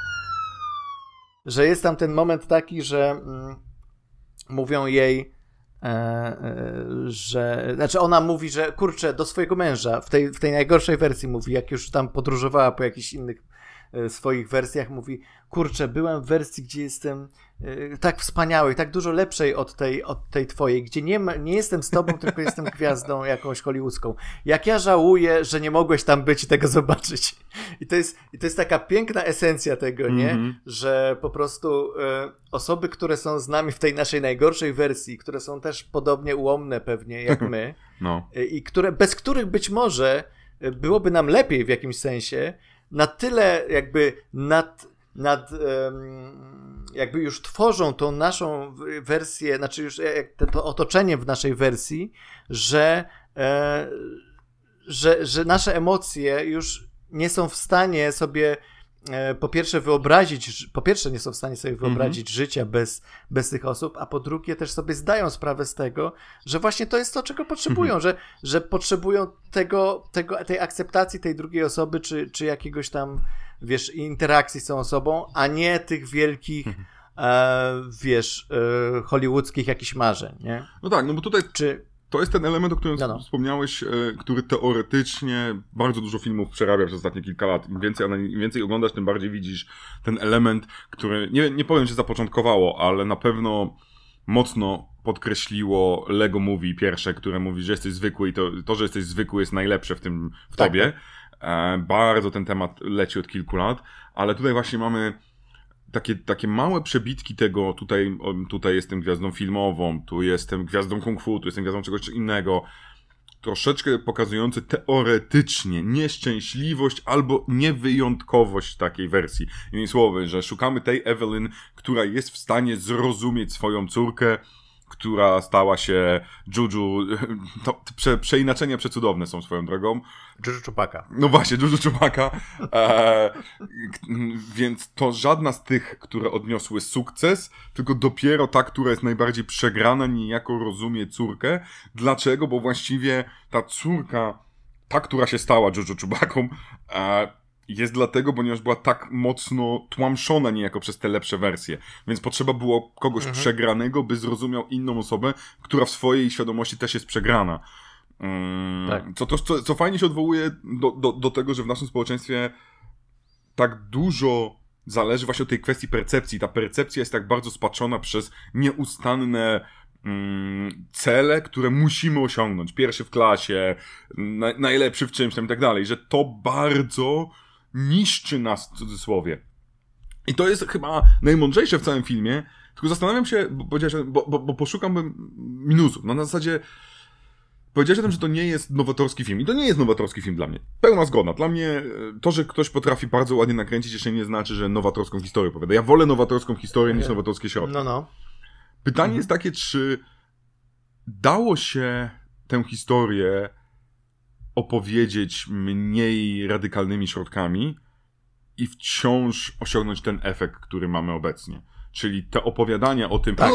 Że jest tam ten moment taki, że mm, mówią jej, e, e, że, znaczy ona mówi, że kurczę, do swojego męża, w tej, w tej najgorszej wersji mówi, jak już tam podróżowała po jakichś innych e, swoich wersjach, mówi, kurczę, byłem w wersji, gdzie jestem e, tak wspaniały, tak dużo lepszej od tej, od tej twojej, gdzie nie, ma, nie jestem z tobą, tylko jestem gwiazdą jakąś hollywoodzką. Jak ja żałuję, że nie mogłeś tam być i tego zobaczyć. I to jest, i to jest taka piękna esencja tego, nie? Mm-hmm. Że po prostu e, osoby, które są z nami w tej naszej najgorszej wersji, które są też podobnie ułomne pewnie jak my, no. e, i które, bez których być może byłoby nam lepiej w jakimś sensie, na tyle jakby nad, nad um, jakby już tworzą tą naszą wersję, znaczy już to otoczenie w naszej wersji, że, e, że, że nasze emocje już nie są w stanie sobie e, po pierwsze wyobrazić, po pierwsze nie są w stanie sobie wyobrazić mm-hmm. życia bez, bez tych osób, a po drugie też sobie zdają sprawę z tego, że właśnie to jest to, czego potrzebują, mm-hmm. że, że potrzebują tego, tego, tej akceptacji tej drugiej osoby, czy, czy jakiegoś tam, wiesz, interakcji z tą osobą, a nie tych wielkich mm-hmm. e, wiesz, e, hollywoodzkich jakichś marzeń, nie? No tak, no bo tutaj czy to jest ten element, o którym no no. wspomniałeś, e, który teoretycznie bardzo dużo filmów przerabia przez ostatnie kilka lat. Im więcej, im więcej oglądasz, tym bardziej widzisz ten element, który, nie, nie powiem, że zapoczątkowało, ale na pewno mocno podkreśliło Lego Movie pierwsze, które mówi, że jesteś zwykły i to, to że jesteś zwykły jest najlepsze w tym, w tak, tobie. E, bardzo ten temat leci od kilku lat, ale tutaj właśnie mamy Takie, takie małe przebitki tego, tutaj, tutaj jestem gwiazdą filmową, tu jestem gwiazdą kung fu, tu jestem gwiazdą czegoś innego, troszeczkę pokazujące teoretycznie nieszczęśliwość albo niewyjątkowość takiej wersji. Innymi słowy, że szukamy tej Evelyn, która jest w stanie zrozumieć swoją córkę, która stała się Juju, to prze, przeinaczenia przecudowne są swoją drogą. Juju Chewbacca. No właśnie, Juju Chewbacca. E, więc to żadna z tych, które odniosły sukces, tylko dopiero ta, która jest najbardziej przegrana, niejako rozumie córkę. Dlaczego? Bo właściwie ta córka, ta, która się stała Juju Chewbaccą, e, jest dlatego, ponieważ była tak mocno tłamszona niejako przez te lepsze wersje. Więc potrzeba było kogoś mhm. przegranego, by zrozumiał inną osobę, która w swojej świadomości też jest przegrana. Um, tak. co, to, co, co fajnie się odwołuje do, do, do tego, że w naszym społeczeństwie tak dużo zależy właśnie od tej kwestii percepcji. Ta percepcja jest tak bardzo spaczona przez nieustanne um, cele, które musimy osiągnąć. Pierwszy w klasie, na, najlepszy w czymś tam i tak dalej. Że to bardzo niszczy nas, w cudzysłowie. I to jest chyba najmądrzejsze w całym filmie, tylko zastanawiam się, bo, bo, bo, bo poszukam minusów. No na zasadzie powiedziałeś o tym, że to nie jest nowatorski film. I to nie jest nowatorski film dla mnie. Pełna zgoda. Dla mnie to, że ktoś potrafi bardzo ładnie nakręcić, jeszcze nie znaczy, że nowatorską historię opowiada. Ja wolę nowatorską historię niż nowatorskie środki. No, no. Pytanie mhm. jest takie, czy dało się tę historię opowiedzieć mniej radykalnymi środkami i wciąż osiągnąć ten efekt, który mamy obecnie. Czyli te opowiadania o tym... Tak?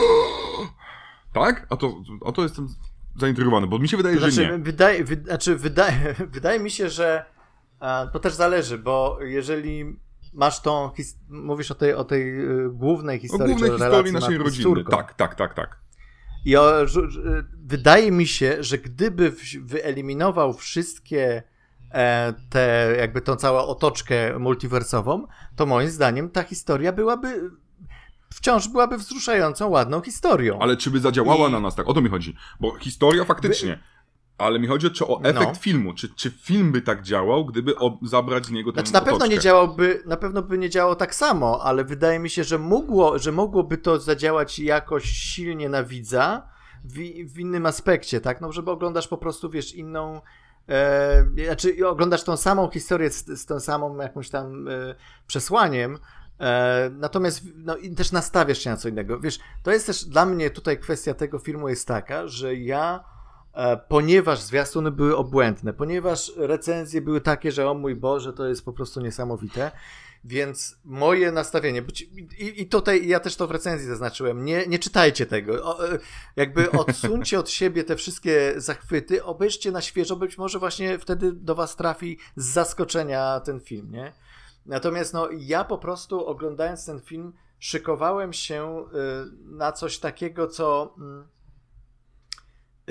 Tak? A to, a to jestem zaintrygowany, bo mi się wydaje, to znaczy, że nie. Wydaje, wy, znaczy, wydaje, wydaje mi się, że a, to też zależy, bo jeżeli masz tą... His- mówisz o tej, o tej y, głównej historii, o głównej czy o historii naszej rodziny. Tak, tak, tak, tak. I o, wydaje mi się, że gdyby wyeliminował wszystkie e, te, jakby tą całą otoczkę multiversową, to moim zdaniem ta historia byłaby, wciąż byłaby wzruszającą, ładną historią. Ale czy by zadziałała I... na nas tak? O to mi chodzi. Bo historia faktycznie... By... Ale mi chodzi czy o efekt no. filmu. Czy, czy film by tak działał, gdyby o, zabrać z niego tę Znaczy na pewno otoczkę? nie działałby, na pewno by nie działało tak samo, ale wydaje mi się, że mogło, że mogłoby to zadziałać jakoś silnie na widza w, w innym aspekcie, tak? No, żeby oglądasz po prostu, wiesz, inną, e, znaczy oglądasz tą samą historię z, z tą samą jakąś tam e, przesłaniem, e, natomiast no, i też nastawiasz się na co innego. Wiesz, to jest też dla mnie tutaj kwestia tego filmu jest taka, że ja ponieważ zwiastuny były obłędne, ponieważ recenzje były takie, że o mój Boże, to jest po prostu niesamowite, więc moje nastawienie, i, i tutaj ja też to w recenzji zaznaczyłem, nie, nie czytajcie tego, o, jakby odsuńcie od siebie te wszystkie zachwyty, obejrzcie na świeżo, być może właśnie wtedy do was trafi z zaskoczenia ten film, nie? Natomiast no, ja po prostu oglądając ten film szykowałem się y, na coś takiego, co... Y,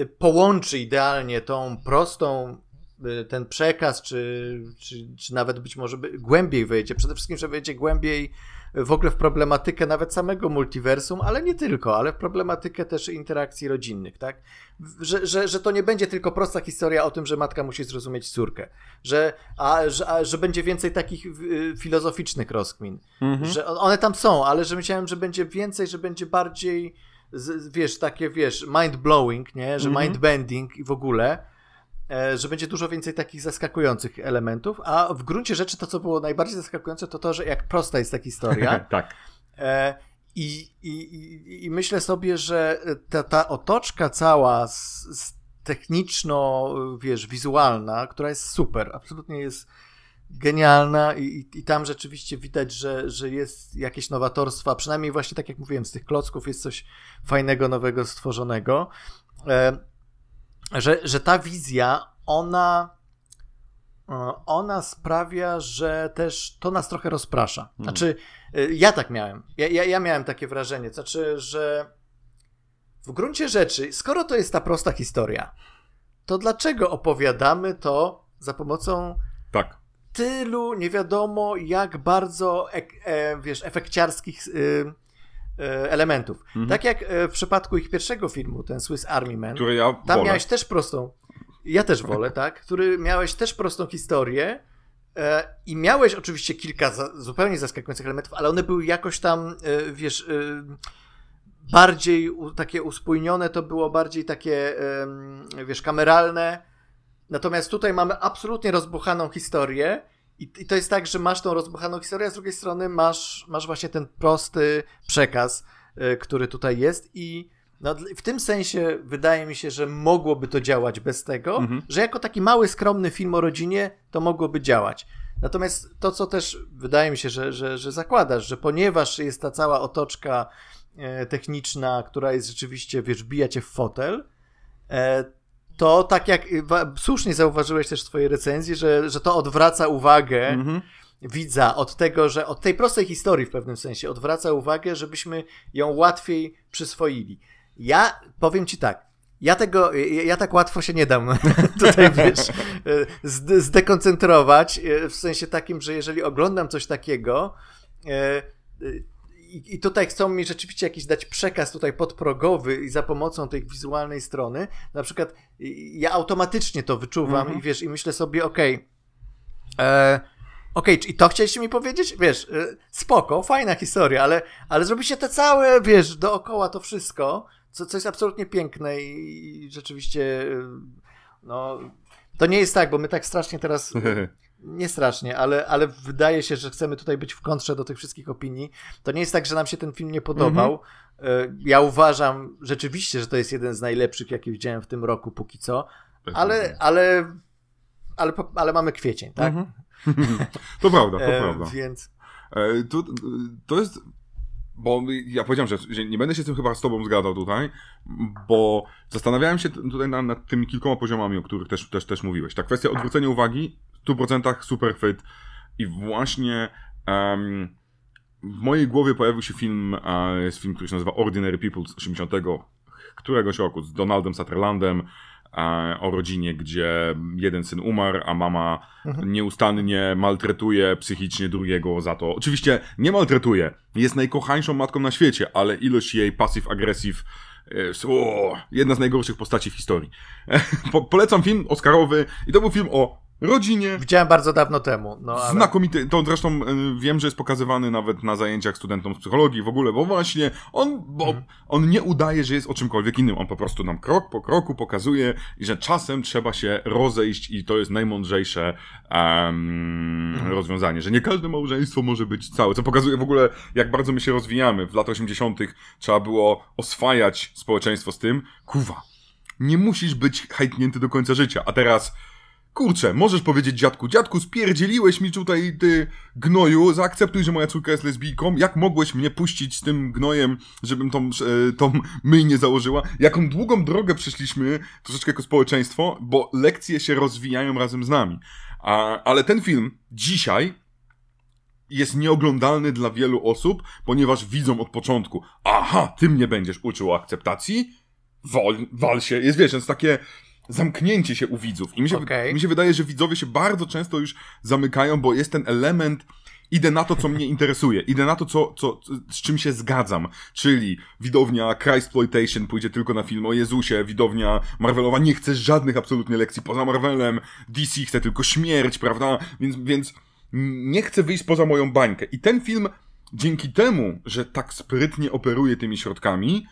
połączy idealnie tą prostą, ten przekaz, czy, czy, czy nawet być może głębiej wejdzie. Przede wszystkim, że wejdzie głębiej w ogóle w problematykę nawet samego multiversum, ale nie tylko, ale w problematykę też interakcji rodzinnych, tak? Że, że, że to nie będzie tylko prosta historia o tym, że matka musi zrozumieć córkę, że, a, że, a, że będzie więcej takich y, filozoficznych rozkmin, mhm. że one tam są, ale że myślałem, że będzie więcej, że będzie bardziej, z, wiesz, takie, wiesz, mind-blowing, nie? Że mhm. mind-bending i w ogóle, że będzie dużo więcej takich zaskakujących elementów, a w gruncie rzeczy to, co było najbardziej zaskakujące, to to, że jak prosta jest ta historia. Tak. I, i, i, I myślę sobie, że ta, ta otoczka cała z, z techniczno, wiesz, wizualna, która jest super, absolutnie jest genialna i, i, i tam rzeczywiście widać, że, że jest jakieś nowatorstwa, przynajmniej właśnie tak jak mówiłem, z tych klocków jest coś fajnego, nowego stworzonego. Że, że ta wizja, ona, ona sprawia, że też to nas trochę rozprasza. Znaczy, ja tak miałem. Ja, ja, ja miałem takie wrażenie. Znaczy, że w gruncie rzeczy, skoro to jest ta prosta historia, to dlaczego opowiadamy to za pomocą tak. tylu nie wiadomo jak bardzo e, e, wiesz, efekciarskich y, elementów. Mhm. Tak jak w przypadku ich pierwszego filmu, ten Swiss Army Man, który ja tam wolę. miałeś też prostą, ja też wolę, tak, który miałeś też prostą historię e, i miałeś oczywiście kilka za, zupełnie zaskakujących elementów, ale one były jakoś tam, e, wiesz, e, bardziej u, takie uspójnione, to było bardziej takie, e, wiesz, kameralne. Natomiast tutaj mamy absolutnie rozbuchaną historię. I, I to jest tak, że masz tą rozbuchaną historię, a z drugiej strony masz, masz właśnie ten prosty przekaz, y, który tutaj jest i no, w tym sensie wydaje mi się, że mogłoby to działać bez tego, mhm. że jako taki mały, skromny film o rodzinie to mogłoby działać. Natomiast to, co też wydaje mi się, że, że, że zakładasz, że ponieważ jest ta cała otoczka e, techniczna, która jest rzeczywiście, wiesz, bija cię w fotel, e, to tak jak słusznie zauważyłeś też w swojej recenzji, że, że to odwraca uwagę mm-hmm. widza od tego, że od tej prostej historii w pewnym sensie odwraca uwagę, żebyśmy ją łatwiej przyswoili. Ja powiem ci tak, ja tego, ja, ja tak łatwo się nie dam tutaj, wiesz, zdekoncentrować w sensie takim, że jeżeli oglądam coś takiego I, I tutaj chcą mi rzeczywiście jakiś dać przekaz tutaj podprogowy i za pomocą tej wizualnej strony, na przykład ja automatycznie to wyczuwam mm-hmm. i wiesz, i myślę sobie, okej, okay, e, okej, okay, i to chcieliście mi powiedzieć? Wiesz, e, spoko, fajna historia, ale, ale zrobicie te całe, wiesz, dookoła to wszystko, co, co jest absolutnie piękne i, i rzeczywiście, no, to nie jest tak, bo my tak strasznie teraz... Nie strasznie, ale, ale wydaje się, że chcemy tutaj być w kontrze do tych wszystkich opinii. To nie jest tak, że nam się ten film nie podobał. Mm-hmm. Ja uważam rzeczywiście, że to jest jeden z najlepszych, jakie widziałem w tym roku póki co, ale, ale, ale, ale mamy kwiecień, tak? Mm-hmm. To prawda, to e, prawda. Więc... E, to, to jest... Bo ja powiedziałem, że, że nie będę się z tym chyba z tobą zgadzał tutaj, bo zastanawiałem się tutaj nad, nad tymi kilkoma poziomami, o których też, też, też mówiłeś. Ta kwestia odwrócenia uwagi, w stu procentach super fit i właśnie um, w mojej głowie pojawił się film, uh, jest film, który się nazywa Ordinary People z osiemdziesiątego któregoś roku z Donaldem Sutherlandem uh, o rodzinie, gdzie jeden syn umarł, a mama mhm. nieustannie maltretuje psychicznie drugiego za to. Oczywiście nie maltretuje, jest najkochańszą matką na świecie, ale ilość jej passive-aggressive jest o, jedna z najgorszych postaci w historii. Po, polecam film oscarowy i to był film o rodzinie. Widziałem bardzo dawno temu. No, ale... Znakomity. To zresztą wiem, że jest pokazywany nawet na zajęciach studentom z psychologii w ogóle, bo właśnie on, bo hmm. on nie udaje, że jest o czymkolwiek innym. On po prostu nam krok po kroku pokazuje, że czasem trzeba się rozejść i to jest najmądrzejsze um, hmm. rozwiązanie. Że nie każde małżeństwo może być całe. Co pokazuje w ogóle, jak bardzo my się rozwijamy. W latach osiemdziesiątych trzeba było oswajać społeczeństwo z tym. Kuwa, nie musisz być hejtnięty do końca życia. A teraz kurczę, możesz powiedzieć dziadku, dziadku, spierdzieliłeś mi tutaj, ty gnoju, zaakceptuj, że moja córka jest lesbijką, jak mogłeś mnie puścić z tym gnojem, żebym tą, tą myj nie założyła? Jaką długą drogę przeszliśmy troszeczkę jako społeczeństwo, bo lekcje się rozwijają razem z nami. A, ale ten film dzisiaj jest nieoglądalny dla wielu osób, ponieważ widzą od początku, aha, ty mnie będziesz uczył o akceptacji? wal, wal się, jest, wiesz, jest takie zamknięcie się u widzów. I mi się, okay. mi się wydaje, że widzowie się bardzo często już zamykają, bo jest ten element, idę na to, co mnie interesuje, idę na to, co, co, z czym się zgadzam, czyli widownia Christploitation pójdzie tylko na film o Jezusie, widownia Marvelowa nie chce żadnych absolutnie lekcji poza Marvelem, D C chce tylko śmierć, prawda, więc, więc nie chcę wyjść poza moją bańkę. I ten film, dzięki temu, że tak sprytnie operuje tymi środkami,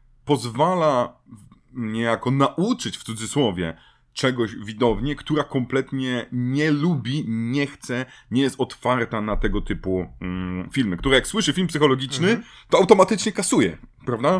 pozwala niejako nauczyć, w cudzysłowie, czegoś widownię, która kompletnie nie lubi, nie chce, nie jest otwarta na tego typu mm, filmy, która jak słyszy film psychologiczny, mhm. to automatycznie kasuje, prawda?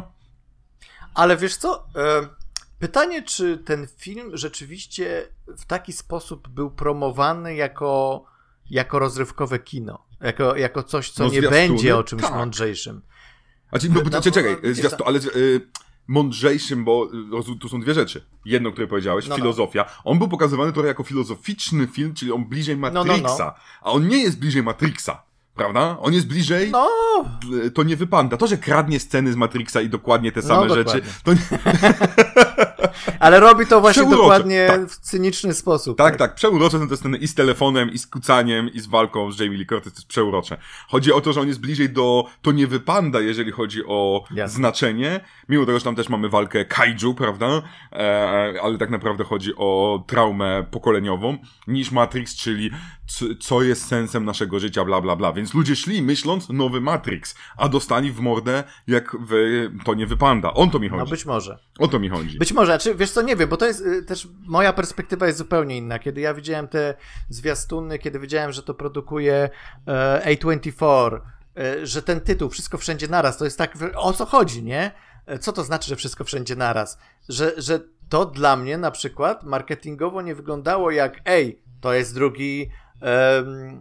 Ale wiesz co, e, pytanie, czy ten film rzeczywiście w taki sposób był promowany jako, jako rozrywkowe kino, jako, jako coś, co no, nie będzie o czymś tak. mądrzejszym. A ci, no, no, czekaj, czekaj, no, zwiastu, ale... Y- mądrzejszym, bo tu są dwie rzeczy. Jedno, które powiedziałeś, no, filozofia. No. On był pokazywany trochę jako filozoficzny film, czyli on bliżej Matrixa. No, no, no. A on nie jest bliżej Matrixa, prawda? On jest bliżej... No. To nie wypada. To, że kradnie sceny z Matrixa i dokładnie te same no, rzeczy... Dokładnie. To nie... Ale robi to właśnie Przeurocze, dokładnie tak. w cyniczny sposób. Tak, tak, tak. Przeurocze są te sceny i z telefonem, i z kucaniem, i z walką z Jamie Lee Curtis. To jest przeurocze. Chodzi o to, że on jest bliżej do... To nie wypada, jeżeli chodzi o Jasne. znaczenie. Mimo tego, że tam też mamy walkę kaiju, prawda? E, ale tak naprawdę chodzi o traumę pokoleniową, niż Matrix, czyli c- co jest sensem naszego życia, bla, bla, bla. Więc ludzie szli myśląc nowy Matrix, a dostali w mordę, jak w... to nie wypada. On to mi chodzi. No być może. O to mi chodzi. Być może, czy wiesz co, nie wiem, bo to jest y, też moja perspektywa jest zupełnie inna. Kiedy ja widziałem te zwiastuny, kiedy wiedziałem, że to produkuje y, A dwadzieścia cztery, y, że ten tytuł, Wszystko Wszędzie Naraz, to jest tak, o co chodzi, nie? Co to znaczy, że wszystko wszędzie naraz? Że, że to dla mnie na przykład marketingowo nie wyglądało jak ej, to jest drugi... Um,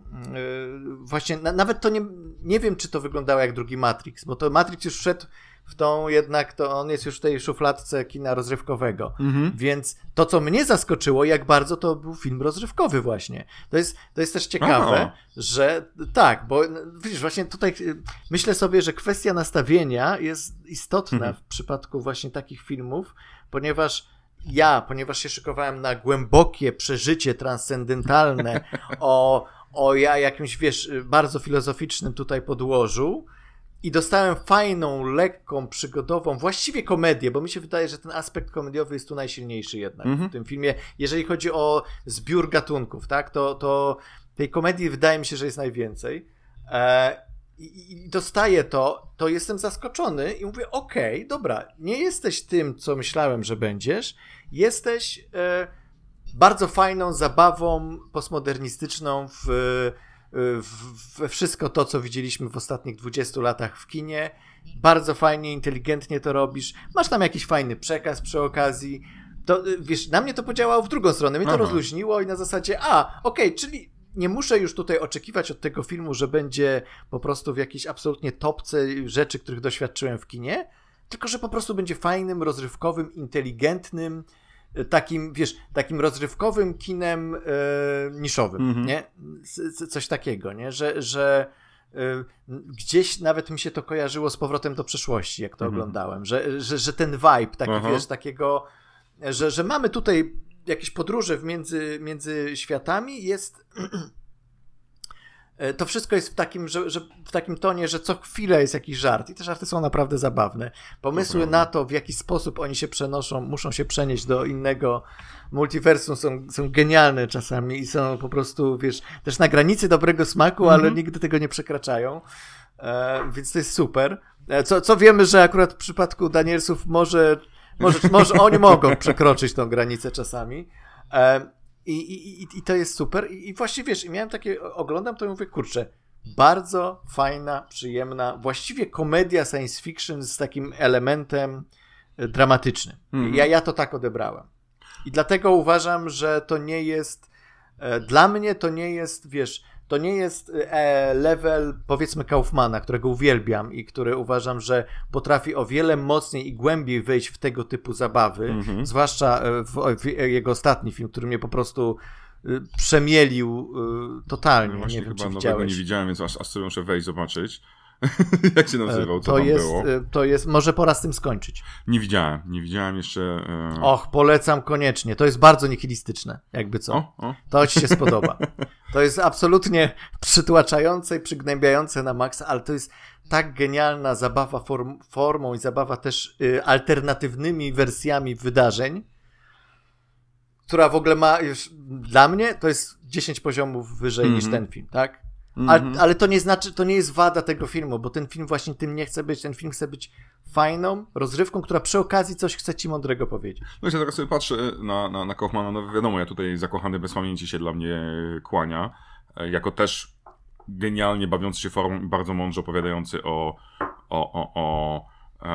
um, właśnie, na, nawet to nie, nie wiem, czy to wyglądało jak drugi Matrix, bo to Matrix już wszedł w tą jednak, to on jest już w tej szufladce kina rozrywkowego, mhm. więc to, co mnie zaskoczyło, jak bardzo to był film rozrywkowy właśnie. To jest, to jest też ciekawe, Aha. że tak, bo widzisz, właśnie tutaj myślę sobie, że kwestia nastawienia jest istotna mhm. w przypadku właśnie takich filmów, ponieważ ja, ponieważ się szykowałem na głębokie przeżycie transcendentalne o, o ja jakimś, wiesz, bardzo filozoficznym tutaj podłożu i dostałem fajną, lekką, przygodową, właściwie komedię, bo mi się wydaje, że ten aspekt komediowy jest tu najsilniejszy jednak mm-hmm. w tym filmie. Jeżeli chodzi o zbiór gatunków, tak, to, to tej komedii wydaje mi się, że jest najwięcej. E, I, i dostaję to, to jestem zaskoczony i mówię, okej, okay, dobra, nie jesteś tym, co myślałem, że będziesz, jesteś e, bardzo fajną zabawą postmodernistyczną w, w, we wszystko to, co widzieliśmy w ostatnich dwudziestu latach w kinie. Bardzo fajnie, inteligentnie to robisz, masz tam jakiś fajny przekaz przy okazji. To, wiesz, na mnie to podziałało w drugą stronę, mnie to Aha. rozluźniło i na zasadzie, a, okej, okay, czyli nie muszę już tutaj oczekiwać od tego filmu, że będzie po prostu w jakiejś absolutnie topce rzeczy, których doświadczyłem w kinie, tylko że po prostu będzie fajnym, rozrywkowym, inteligentnym, takim, wiesz, takim rozrywkowym kinem e, niszowym, mm-hmm. nie? C- coś takiego, nie? Że, że e, gdzieś nawet mi się to kojarzyło z Powrotem do przeszłości, jak to mm-hmm. oglądałem, że, że, że ten vibe taki, Aha. wiesz, takiego, że, że mamy tutaj jakieś podróże między, między światami jest to wszystko jest w takim, że, że w takim tonie, że co chwilę jest jakiś żart i te żarty są naprawdę zabawne. Pomysły to na to, w jaki sposób oni się przenoszą, muszą się przenieść do innego multiversum są, są genialne czasami i są po prostu, wiesz, też na granicy dobrego smaku, mm-hmm. ale nigdy tego nie przekraczają, e, więc to jest super. E, co, co wiemy, że akurat w przypadku Danielsów może Może, może oni mogą przekroczyć tą granicę czasami. Um, i, i, I to jest super. I, i właśnie wiesz, i miałem takie, oglądam to i mówię, kurczę, bardzo fajna, przyjemna, właściwie komedia science fiction z takim elementem dramatycznym. Mm-hmm. Ja, ja to tak odebrałem. I dlatego uważam, że to nie jest, e, dla mnie to nie jest, wiesz, to nie jest e, level, powiedzmy, Kaufmana, którego uwielbiam i który uważam, że potrafi o wiele mocniej i głębiej wejść w tego typu zabawy, mm-hmm. zwłaszcza w, w jego ostatni film, który mnie po prostu y, przemielił y, totalnie. No właśnie, nie wiem, chyba czy nowego widziałeś. nie widziałem, więc aż, aż sobie muszę wejść, zobaczyć. Jak się nazywał? Co to tam jest, było? To jest, może pora z tym skończyć. Nie widziałem, nie widziałem jeszcze... E... Och, polecam koniecznie. To jest bardzo nihilistyczne, jakby co. O, o. To ci się spodoba. To jest absolutnie przytłaczające i przygnębiające na maksa, ale to jest tak genialna zabawa form, formą i zabawa też y, alternatywnymi wersjami wydarzeń, która w ogóle ma już, dla mnie to jest dziesięć poziomów wyżej mm-hmm. niż ten film, tak? Mm-hmm. Ale, ale to nie znaczy, to nie jest wada tego filmu, bo ten film właśnie tym nie chce być. Ten film chce być fajną rozrywką, która przy okazji coś chce ci mądrego powiedzieć. No i ja teraz sobie patrzę na, na, na Kaufmana, no wiadomo, ja tutaj zakochany bez pamięci się dla mnie kłania, jako też genialnie bawiący się formą i bardzo mądrze opowiadający o o, o, o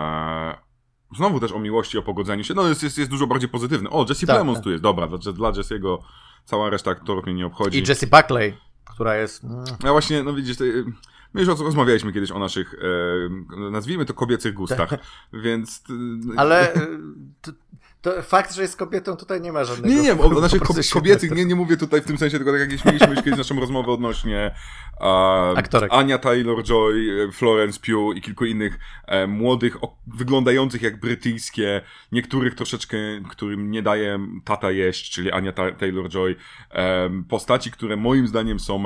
e, znowu też o miłości, o pogodzeniu się. No jest, jest, jest dużo bardziej pozytywny. O, Jesse tak, Plemons tak. tu jest, dobra, dla, dla Jesse'ego cała reszta aktorów mnie nie obchodzi. I Jessie Buckley, która jest... Ja właśnie, no widzisz, my już rozmawialiśmy kiedyś o naszych, e, nazwijmy to kobiecych gustach, więc... Ale to, to fakt, że jest kobietą, tutaj nie ma żadnego... Nie, nie, o, o naszych kobiecych, nie, nie mówię tutaj w tym sensie, tylko tak jak mieliśmy już kiedyś naszą rozmowę odnośnie e, Aktorek. Anya Taylor-Joy, Florence Pugh i kilku innych e, młodych, o, wyglądających jak brytyjskie, niektórych troszeczkę, którym nie daje tata jeść, czyli Anya Ta- Taylor-Joy, e, postaci, które moim zdaniem są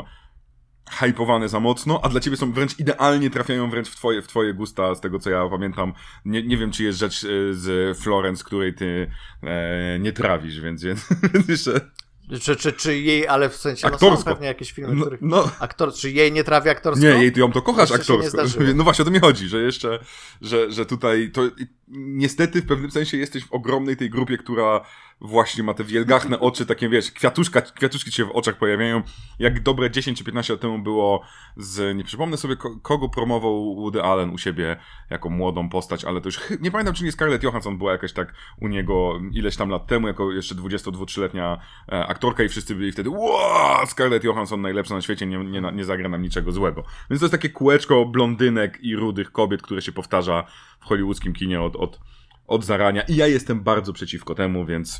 hypowane za mocno, a dla ciebie są wręcz idealnie, trafiają wręcz w twoje, w twoje gusta, z tego co ja pamiętam. Nie, nie wiem, czy jest rzecz z Florence, której ty e, nie trawisz, więc, więc jeszcze... Czy, czy, czy jej, ale w sensie, no aktorsko. są pewnie jakieś filmy, no, których... No. Aktor, czy jej nie trawi aktorsko? Nie, jej ty ją to kochasz jeszcze aktorsko. No właśnie o to mi chodzi, że jeszcze, że, że tutaj to niestety w pewnym sensie jesteś w ogromnej tej grupie, która właśnie ma te wielgachne oczy, takie wiesz, kwiatuszka, kwiatuszki ci się w oczach pojawiają, jak dobre dziesięć czy piętnaście lat temu było z, nie przypomnę sobie kogo promował Woody Allen u siebie jako młodą postać, ale to już, nie pamiętam czy nie Scarlett Johansson była jakaś tak u niego ileś tam lat temu, jako jeszcze dwudziestodwutrzyletnia aktorka i wszyscy byli wtedy wow, Scarlett Johansson najlepsza na świecie, nie, nie, nie zagra nam niczego złego. Więc to jest takie kółeczko blondynek i rudych kobiet, które się powtarza w hollywoodzkim kinie od, od, od zarania i ja jestem bardzo przeciwko temu, więc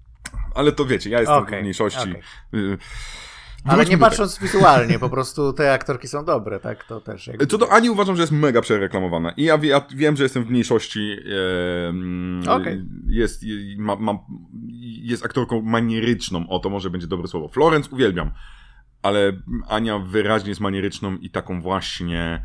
ale to wiecie, ja jestem okay, w mniejszości. Okay. Ale nie patrząc tak. wizualnie, po prostu te aktorki są dobre, tak? To też jakby... Co do Ani uważam, że jest mega przereklamowana. I ja, wie, ja wiem, że jestem w mniejszości. E, okay. jest, ma, ma, jest aktorką manieryczną. O, to może będzie dobre słowo. Florence uwielbiam. Ale Ania wyraźnie jest manieryczną i taką właśnie...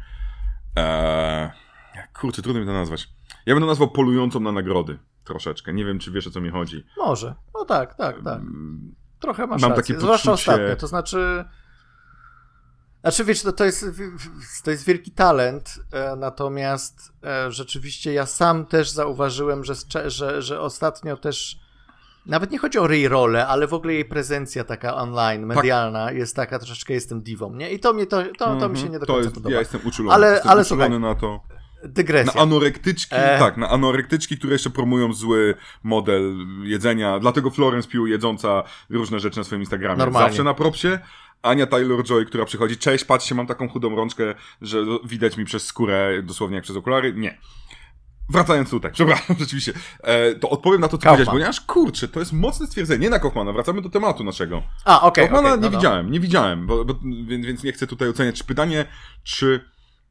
E, kurczę, trudno mi to nazwać. Ja będę nazwał polującą na nagrody. Troszeczkę. Nie wiem, czy wiesz, o co mi chodzi. Może. No tak, tak, tak. Trochę masz Mam rację. takie Zwłaszcza poczucie... ostatnio. To znaczy... Znaczy, wiesz, to, to, jest, to jest wielki talent, e, natomiast e, rzeczywiście ja sam też zauważyłem, że, że, że ostatnio też nawet nie chodzi o jej rolę, ale w ogóle jej prezencja taka online, medialna tak. jest taka, troszeczkę jestem divą, nie? I to, mnie, to, to, to mi się nie do końca to jest, podoba. Ja jestem uczulony, ale, jestem ale uczulony słuchaj, na to. Dygresja. Na anorektyczki, e... tak, na anorektyczki, które jeszcze promują zły model jedzenia. Dlatego Florence Pugh jedząca różne rzeczy na swoim Instagramie. Normalnie. Zawsze na propsie. Ania Taylor-Joy, która przychodzi, cześć, patrzcie, mam taką chudą rączkę, że widać mi przez skórę, dosłownie jak przez okulary. Nie. Wracając tutaj, przepraszam, rzeczywiście, e, to odpowiem na to, co powiedziałeś, ponieważ kurczę, to jest mocne stwierdzenie, nie na Kaufmana, wracamy do tematu naszego. A, okej. Okay, Kaufmana okay, nie no, widziałem, nie widziałem, bo, bo, więc, więc nie chcę tutaj oceniać. Pytanie, czy...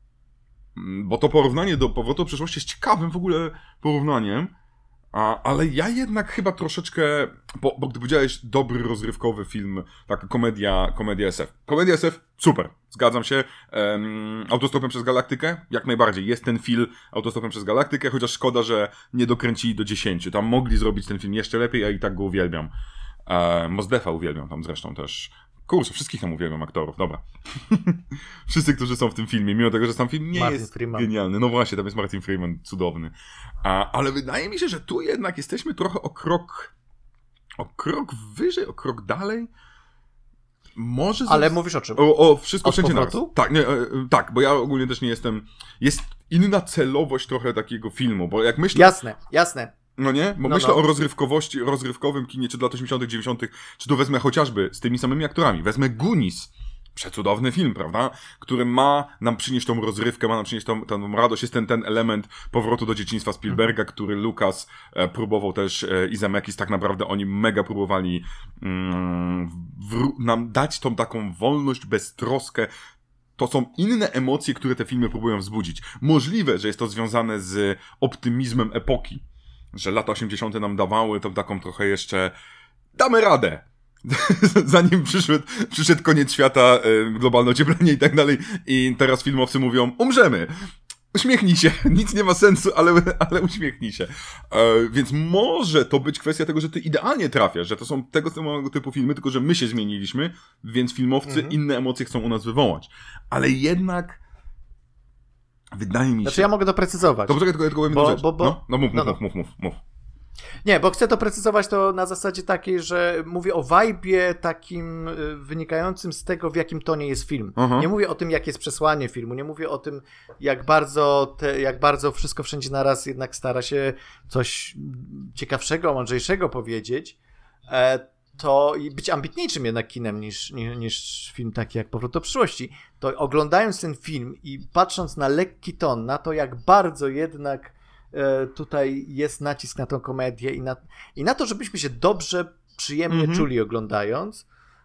Bo to porównanie do Powrotu do przyszłości jest ciekawym w ogóle porównaniem, a, ale ja jednak chyba troszeczkę, bo, bo gdy powiedziałeś dobry, rozrywkowy film, taka komedia, komedia S F. Komedia S F, super, zgadzam się. Um, Autostopem przez Galaktykę, jak najbardziej. Jest ten film Autostopem przez Galaktykę, chociaż szkoda, że nie dokręcili do dziesięciu. Tam mogli zrobić ten film jeszcze lepiej, a i tak go uwielbiam. Um, Mos Defa uwielbiam tam zresztą też. Kurczę, wszystkich tam uwielbiam aktorów, dobra. Wszyscy, którzy są w tym filmie, mimo tego, że sam film nie Martin jest Freeman. genialny. No właśnie, tam jest Martin Freeman, cudowny. A, ale wydaje mi się, że tu jednak jesteśmy trochę o krok o krok wyżej, o krok dalej. Może... Ale z... mówisz o czym? O, o wszystko Od wszędzie naraz. powrotu? Tak, nie, e, tak, bo ja ogólnie też nie jestem... Jest inna celowość trochę takiego filmu, bo jak myślę... Jasne, jasne. No nie? Bo no, myślę no. o rozrywkowości, rozrywkowym kinie, czy do lat osiemdziesiątych, dziewięćdziesiątych, czy to wezmę chociażby z tymi samymi aktorami. Wezmę Goonies. Przecudowny film, prawda? Który ma nam przynieść tą rozrywkę, ma nam przynieść tą, tą radość. Jest ten, ten element powrotu do dzieciństwa Spielberga, który Lucas e, próbował też e, i Zemeckis, tak naprawdę oni mega próbowali mm, wró- nam dać tą taką wolność, beztroskę. to są inne emocje, które te filmy próbują wzbudzić. Możliwe, że jest to związane z optymizmem epoki, że lata osiemdziesiąte nam dawały tą taką trochę jeszcze damy radę. Zanim przyszedł, przyszedł koniec świata, globalne ocieplenie i tak dalej, i teraz filmowcy mówią, umrzemy. Uśmiechnij się, nic nie ma sensu, ale, ale uśmiechnij się. E, więc może to być kwestia tego, że ty idealnie trafiasz, że to są tego samego typu filmy, tylko że my się zmieniliśmy, więc filmowcy mhm. inne emocje chcą u nas wywołać. Ale jednak wydaje mi się... Znaczy ja mogę doprecyzować. To poczekaj, tylko, tylko jedną bo, rzecz. Bo, bo... No, no mów, no, mów, no. mów, mów, mów. Nie, bo chcę to precyzować to na zasadzie takiej, że mówię o vibe'ie takim wynikającym z tego, w jakim tonie jest film. Aha. Nie mówię o tym, jakie jest przesłanie filmu, nie mówię o tym, jak bardzo, te, jak bardzo wszystko wszędzie naraz jednak stara się coś ciekawszego, mądrzejszego powiedzieć, to i być ambitniejszym jednak kinem niż, niż, niż film taki jak Powrót do przyszłości. To oglądając ten film i patrząc na lekki ton, na to, jak bardzo jednak tutaj jest nacisk na tą komedię i na, i na to, żebyśmy się dobrze, przyjemnie mm-hmm. czuli oglądając,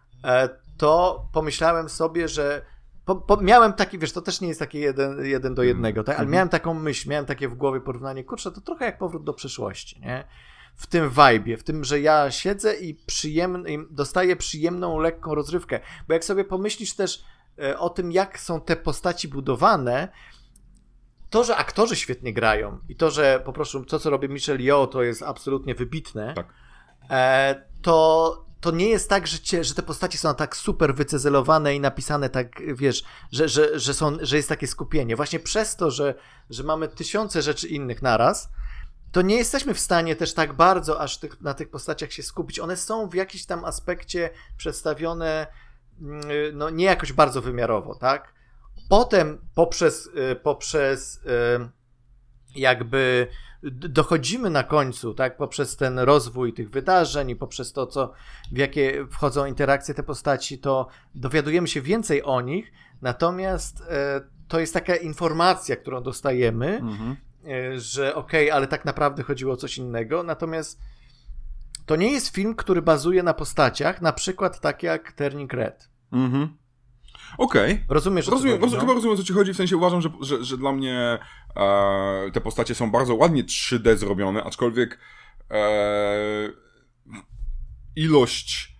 to pomyślałem sobie, że po, po, miałem taki, wiesz, to też nie jest takie jeden, jeden do jednego, tak? Ale mm-hmm. miałem taką myśl, miałem takie w głowie porównanie, kurczę, to trochę jak Powrót do przyszłości, nie? W tym vibe'ie, w tym, że ja siedzę i, przyjemny, i dostaję przyjemną, lekką rozrywkę, bo jak sobie pomyślisz też o tym, jak są te postaci budowane, to, że aktorzy świetnie grają i to, że po prostu to, co robi Michelle Yeoh, to jest absolutnie wybitne, tak. e, to, to nie jest tak, że, cię, że te postaci są tak super wycezelowane i napisane tak, wiesz, że, że, że, są, że jest takie skupienie. Właśnie przez to, że, że mamy tysiące rzeczy innych naraz, to nie jesteśmy w stanie też tak bardzo aż tych, na tych postaciach się skupić. One są w jakimś tam aspekcie przedstawione no, nie jakoś bardzo wymiarowo, tak? Potem poprzez, poprzez jakby dochodzimy na końcu, tak, poprzez ten rozwój tych wydarzeń i poprzez to, co, w jakie wchodzą interakcje te postaci, to dowiadujemy się więcej o nich, natomiast to jest taka informacja, którą dostajemy, mhm. że okej, okay, ale tak naprawdę chodziło o coś innego, natomiast to nie jest film, który bazuje na postaciach, na przykład tak jak Turning Red. Mhm. Okej. Okay. Rozumiesz, rozumiem, chodzi, roz, no? Chyba rozumiem, o co ci chodzi, w sensie uważam, że, że, że dla mnie e, te postacie są bardzo ładnie trzy D zrobione, aczkolwiek e, ilość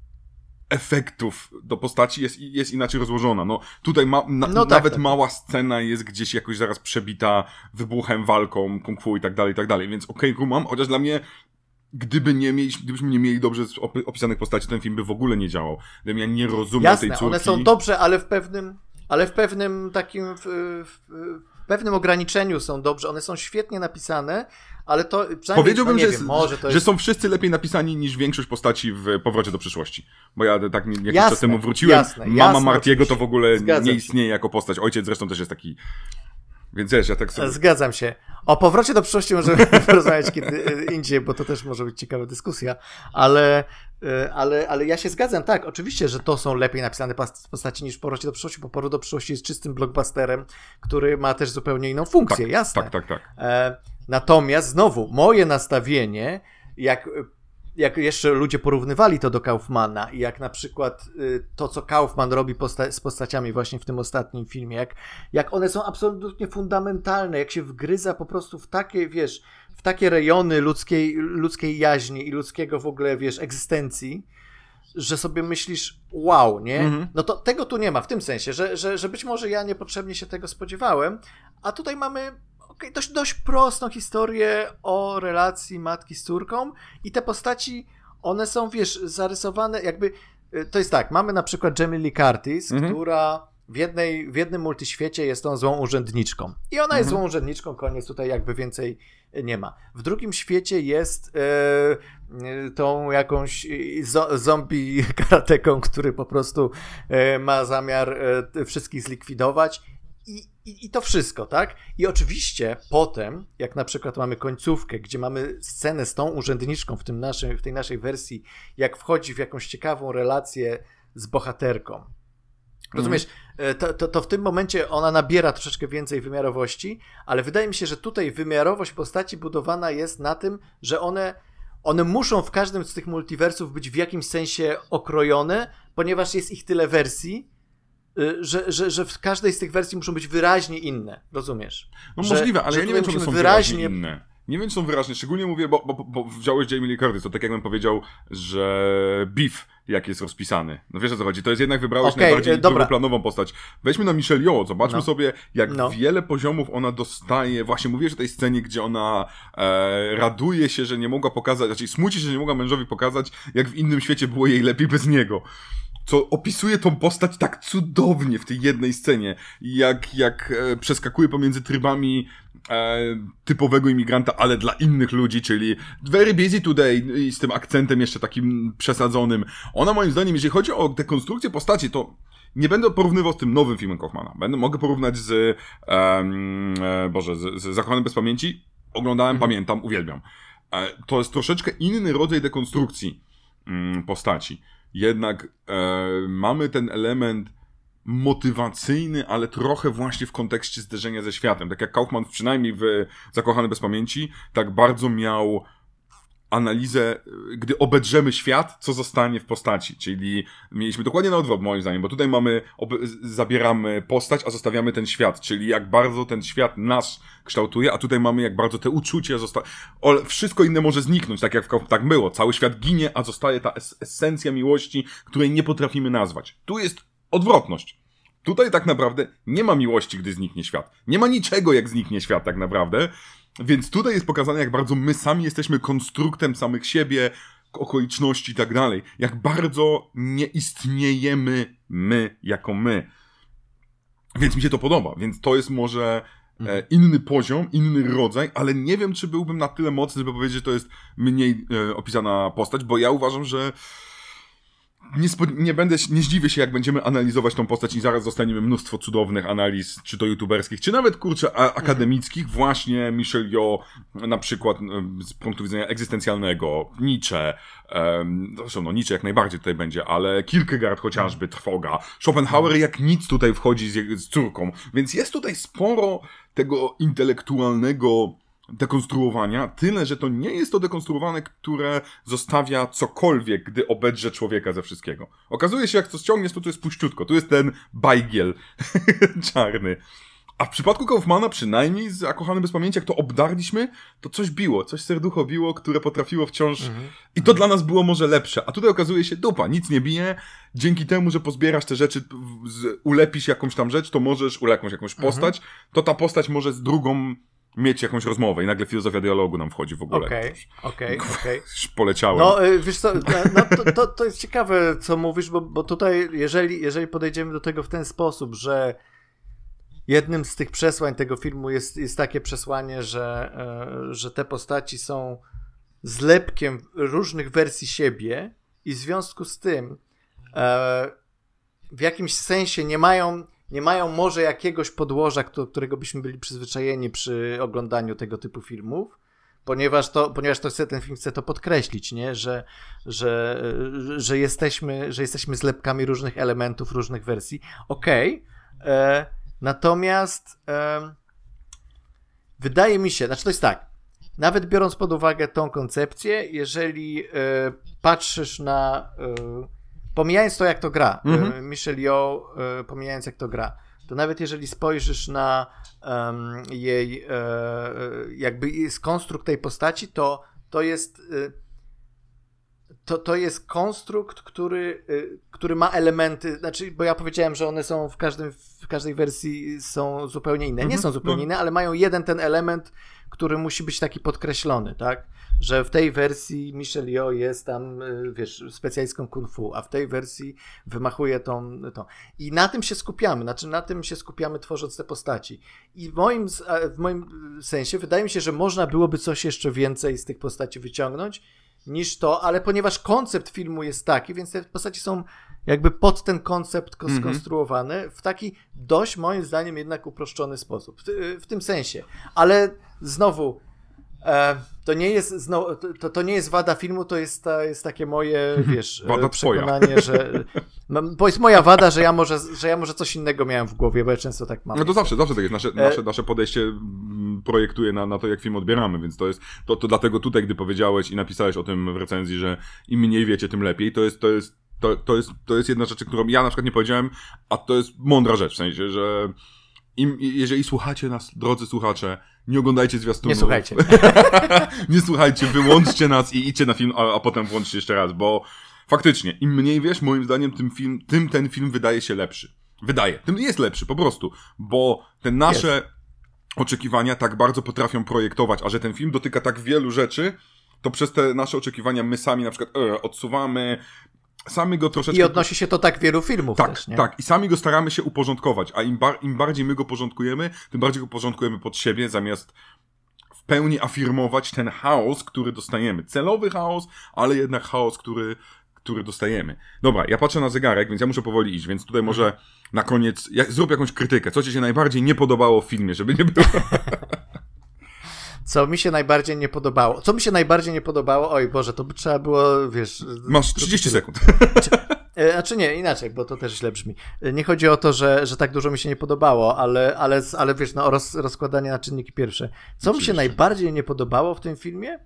efektów do postaci jest, jest inaczej rozłożona. No tutaj ma, na, no tak, nawet tak. mała scena jest gdzieś jakoś zaraz przebita wybuchem, walką, kung fu i tak dalej, i tak dalej, więc okej, okay, mam, chociaż dla mnie Gdyby nie mieli, gdybyśmy nie mieli dobrze opisanych postaci, ten film by w ogóle nie działał. Gdybym ja nie rozumiał Jasne, tej córki. One są dobrze, ale w pewnym, ale w pewnym takim, w, w, w pewnym ograniczeniu są dobrze. One są świetnie napisane, ale to Powiedziałbym, no nie że, wiem, może to że jest... są wszyscy lepiej napisani niż większość postaci w Powrocie do przyszłości. Bo ja tak jakiś jasne, czas temu wróciłem. Jasne, Mama jasne, Martiego to w ogóle Zgadzam nie się. istnieje jako postać. Ojciec zresztą też jest taki... Więc wiesz, ja tak sobie... Zgadzam się. O Powrocie do przyszłości możemy porozmawiać kiedy indziej, bo to też może być ciekawa dyskusja, ale, ale, ale ja się zgadzam, tak, oczywiście, że to są lepiej napisane postaci niż Powrocie do przyszłości, bo Powrót do przyszłości jest czystym blockbusterem, który ma też zupełnie inną funkcję, tak, jasne. Tak, tak, tak. E, natomiast znowu, moje nastawienie, jak... jak jeszcze ludzie porównywali to do Kaufmana i jak na przykład y, to, co Kaufman robi posta- z postaciami właśnie w tym ostatnim filmie, jak, jak one są absolutnie fundamentalne, jak się wgryza po prostu w takie, wiesz, w takie rejony ludzkiej, ludzkiej jaźni i ludzkiego w ogóle, wiesz, egzystencji, że sobie myślisz, wow, nie? Mhm. No to tego tu nie ma, w tym sensie, że, że, że być może ja niepotrzebnie się tego spodziewałem, a tutaj mamy Okay, dość, dość prostą historię o relacji matki z córką i te postaci, one są, wiesz, zarysowane jakby, to jest tak, mamy na przykład Jamie Lee Curtis, mm-hmm. która w, jednej, w jednym multiświecie jest tą złą urzędniczką i ona mm-hmm. jest złą urzędniczką, koniec, tutaj jakby więcej nie ma. W drugim świecie jest e, tą jakąś zo, zombie karateką, który po prostu e, ma zamiar e, wszystkich zlikwidować. I, i, I to wszystko, tak? I oczywiście potem, jak na przykład mamy końcówkę, gdzie mamy scenę z tą urzędniczką w, tym naszym, w tej naszej wersji, jak wchodzi w jakąś ciekawą relację z bohaterką. Rozumiesz? Mm. To, to, to w tym momencie ona nabiera troszeczkę więcej wymiarowości, ale wydaje mi się, że tutaj wymiarowość postaci budowana jest na tym, że one, one muszą w każdym z tych multiversów być w jakimś sensie okrojone, ponieważ jest ich tyle wersji, że, że, że w każdej z tych wersji muszą być wyraźnie inne, rozumiesz? No że, możliwe, ale ja nie wiem, czy one są wyraźnie, wyraźnie inne. Nie wiem, czy są wyraźnie, szczególnie mówię, bo, bo, bo wziąłeś Jamie Lee Curtis, to tak jakbym powiedział, że Beef, jak jest rozpisany. No wiesz, o co chodzi, to jest jednak wybrałeś okay, najbardziej drugoplanową postać. Weźmy na Michelle Yeoh, zobaczmy no. sobie, jak no. wiele poziomów ona dostaje, właśnie mówiłeś o tej scenie, gdzie ona e, raduje się, że nie mogła pokazać, znaczy smuci się, że nie mogła mężowi pokazać, jak w innym świecie było jej lepiej bez niego. Co opisuje tą postać tak cudownie w tej jednej scenie, jak, jak e, przeskakuje pomiędzy trybami e, typowego imigranta, ale dla innych ludzi, czyli very busy today i z tym akcentem jeszcze takim przesadzonym. Ona moim zdaniem, jeżeli chodzi o dekonstrukcję postaci, to nie będę porównywał z tym nowym filmem Kaufmana. Będę, mogę porównać z, um, e, Boże, z, z Zakochanym bez pamięci. Oglądałem, mhm. pamiętam, uwielbiam. E, to jest troszeczkę inny rodzaj dekonstrukcji mm, postaci. Jednak e, mamy ten element motywacyjny, ale trochę właśnie w kontekście zderzenia ze światem. Tak jak Kaufman przynajmniej w Zakochany bez pamięci, tak bardzo miał analizę, gdy obedrzemy świat, co zostanie w postaci. Czyli mieliśmy dokładnie na odwrót, moim zdaniem, bo tutaj mamy, ob- zabieramy postać, a zostawiamy ten świat. Czyli jak bardzo ten świat nas kształtuje, a tutaj mamy jak bardzo te uczucie zostaje. Wszystko inne może zniknąć, tak jak w, tak było. Cały świat ginie, a zostaje ta es- esencja miłości, której nie potrafimy nazwać. Tu jest odwrotność. Tutaj tak naprawdę nie ma miłości, gdy zniknie świat. Nie ma niczego, jak zniknie świat tak naprawdę. Więc tutaj jest pokazane, jak bardzo my sami jesteśmy konstruktem samych siebie, okoliczności i tak dalej. Jak bardzo nie istniejemy my jako my. Więc mi się to podoba. Więc to jest może e, inny poziom, inny rodzaj, ale nie wiem, czy byłbym na tyle mocny, żeby powiedzieć, że to jest mniej e, opisana postać, bo ja uważam, że Nie, spod- nie będę, nie zdziwię się, jak będziemy analizować tą postać i zaraz dostaniemy mnóstwo cudownych analiz, czy to youtuberskich, czy nawet, kurczę, a- akademickich, właśnie Michelle Yeoh, na przykład z punktu widzenia egzystencjalnego, Nietzsche, um, zresztą no Nietzsche jak najbardziej tutaj będzie, ale Kierkegaard chociażby, Trwoga, Schopenhauer jak nic tutaj wchodzi z, z córką, więc jest tutaj sporo tego intelektualnego dekonstruowania, tyle, że to nie jest to dekonstruowane, które zostawia cokolwiek, gdy obedrze człowieka ze wszystkiego. Okazuje się, jak to ściągniesz, to tu jest puściutko. Tu jest ten bajgiel czarny. A w przypadku Kaufmana, przynajmniej z Zakochany bez pamięci, jak to obdarliśmy, to coś biło, coś serducho biło, które potrafiło wciąż... Mhm. I to dla nas było może lepsze. A tutaj okazuje się, dupa, nic nie bije. Dzięki temu, że pozbierasz te rzeczy, z, ulepisz jakąś tam rzecz, to możesz ulepnąć jakąś postać, mhm. to ta postać może z drugą mieć jakąś rozmowę i nagle filozofia dialogu nam wchodzi w ogóle. Okej, okej, okej. Poleciałem. No, wiesz co, no, to, to, to jest ciekawe, co mówisz, bo, bo tutaj, jeżeli, jeżeli podejdziemy do tego w ten sposób, że jednym z tych przesłań tego filmu jest, jest takie przesłanie, że, że te postaci są zlepkiem różnych wersji siebie i w związku z tym w jakimś sensie nie mają nie mają może jakiegoś podłoża, do którego byśmy byli przyzwyczajeni przy oglądaniu tego typu filmów, ponieważ to, ponieważ to chce, ten film chce to podkreślić, nie? Że, że, że, jesteśmy, że jesteśmy zlepkami różnych elementów, różnych wersji. Okej, okay. e, natomiast e, wydaje mi się, znaczy to jest tak, nawet biorąc pod uwagę tą koncepcję, jeżeli e, patrzysz na... E, pomijając to, jak to gra, mm-hmm. Michelle Yeoh, pomijając jak to gra, to nawet jeżeli spojrzysz na um, jej e, jakby jest konstrukt tej postaci, to, to jest to, to jest konstrukt, który, który ma elementy, znaczy, bo ja powiedziałem, że one są w każdym, w każdej wersji są zupełnie inne. Nie mm-hmm. są zupełnie inne, ale mają jeden ten element, który musi być taki podkreślony, tak? Że w tej wersji Michelle Yeoh jest tam, wiesz, specjalistką kung fu, a w tej wersji wymachuje tą, tą. I na tym się skupiamy, znaczy na tym się skupiamy tworząc te postaci. I w moim, w moim sensie wydaje mi się, że można byłoby coś jeszcze więcej z tych postaci wyciągnąć niż to, ale ponieważ koncept filmu jest taki, więc te postaci są jakby pod ten koncept skonstruowane mm-hmm. w taki dość, moim zdaniem, jednak uproszczony sposób. W, w tym sensie. Ale znowu, e, to nie jest znowu, to, to nie jest wada filmu, to jest, to jest takie moje, wiesz, wada przekonanie, twoja. że bo jest moja wada, że ja, może, że ja może coś innego miałem w głowie, bo ja często tak mam. No to zawsze, zawsze tak jest. Nasze, nasze, nasze podejście projektuje na, na to, jak film odbieramy, więc to jest, to, to dlatego tutaj, gdy powiedziałeś i napisałeś o tym w recenzji, że im mniej wiecie, tym lepiej, to jest, to jest To, to, jest, to jest jedna rzecz, którą ja na przykład nie powiedziałem, a to jest mądra rzecz, w sensie, że im, jeżeli słuchacie nas, drodzy słuchacze, nie oglądajcie zwiastunów. Nie słuchajcie. Nie słuchajcie, wyłączcie nas i idźcie na film, a, a potem włączcie jeszcze raz, bo faktycznie, im mniej wiesz, moim zdaniem, tym, film, tym ten film wydaje się lepszy. Wydaje. Tym jest lepszy, po prostu. Bo te nasze jest. oczekiwania tak bardzo potrafią projektować, a że ten film dotyka tak wielu rzeczy, to przez te nasze oczekiwania my sami na przykład e, odsuwamy, sami go troszeczkę... I odnosi się to tak wielu filmów tak, też, nie? Tak, i sami go staramy się uporządkować, a im, bar- im bardziej my go porządkujemy, tym bardziej go porządkujemy pod siebie, zamiast w pełni afirmować ten chaos, który dostajemy. Celowy chaos, ale jednak chaos, który, który dostajemy. Dobra, ja patrzę na zegarek, więc ja muszę powoli iść, więc tutaj może na koniec jak, zrób jakąś krytykę. Co ci się najbardziej nie podobało w filmie, żeby nie było... Co mi się najbardziej nie podobało? Co mi się najbardziej nie podobało? Oj Boże, to by trzeba było, wiesz... Masz trzydzieści sekund. Znaczy nie, inaczej, bo to też źle brzmi. Nie chodzi o to, że, że tak dużo mi się nie podobało, ale, ale, ale wiesz, no roz, rozkładanie na czynniki pierwsze. Co Oczywiście. mi się najbardziej nie podobało w tym filmie?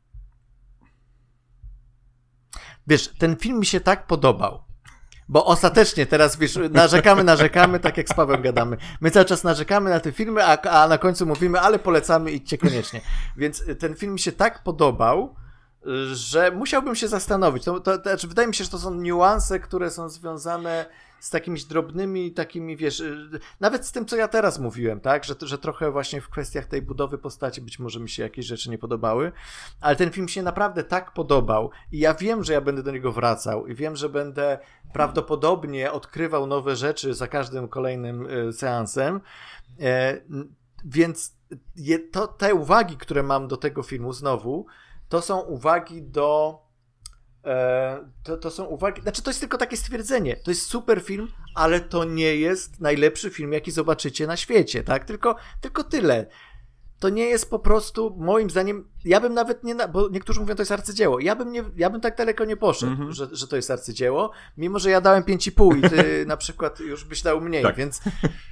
Wiesz, ten film mi się tak podobał. Bo ostatecznie teraz, wiesz, narzekamy, narzekamy, tak jak z Pawłem gadamy. My cały czas narzekamy na te filmy, a, a na końcu mówimy, ale polecamy, idźcie koniecznie. Więc ten film mi się tak podobał, że musiałbym się zastanowić. To, to, to, znaczy, wydaje mi się, że to są niuanse, które są związane z takimi drobnymi, takimi, wiesz, nawet z tym, co ja teraz mówiłem, tak, że, że trochę właśnie w kwestiach tej budowy postaci być może mi się jakieś rzeczy nie podobały, ale ten film się naprawdę tak podobał i ja wiem, że ja będę do niego wracał i wiem, że będę prawdopodobnie odkrywał nowe rzeczy za każdym kolejnym y, seansem, e, więc je, to, te uwagi, które mam do tego filmu znowu, to są uwagi do To, to są uwagi, znaczy to jest tylko takie stwierdzenie, to jest super film, ale to nie jest najlepszy film, jaki zobaczycie na świecie, tak, tylko, tylko tyle. To nie jest po prostu, moim zdaniem, ja bym nawet nie, bo niektórzy mówią, to jest arcydzieło, ja bym, nie, ja bym tak daleko nie poszedł, mm-hmm. że, że to jest arcydzieło, mimo że ja dałem pięć i pół i ty na przykład już byś dał mniej, tak. Więc...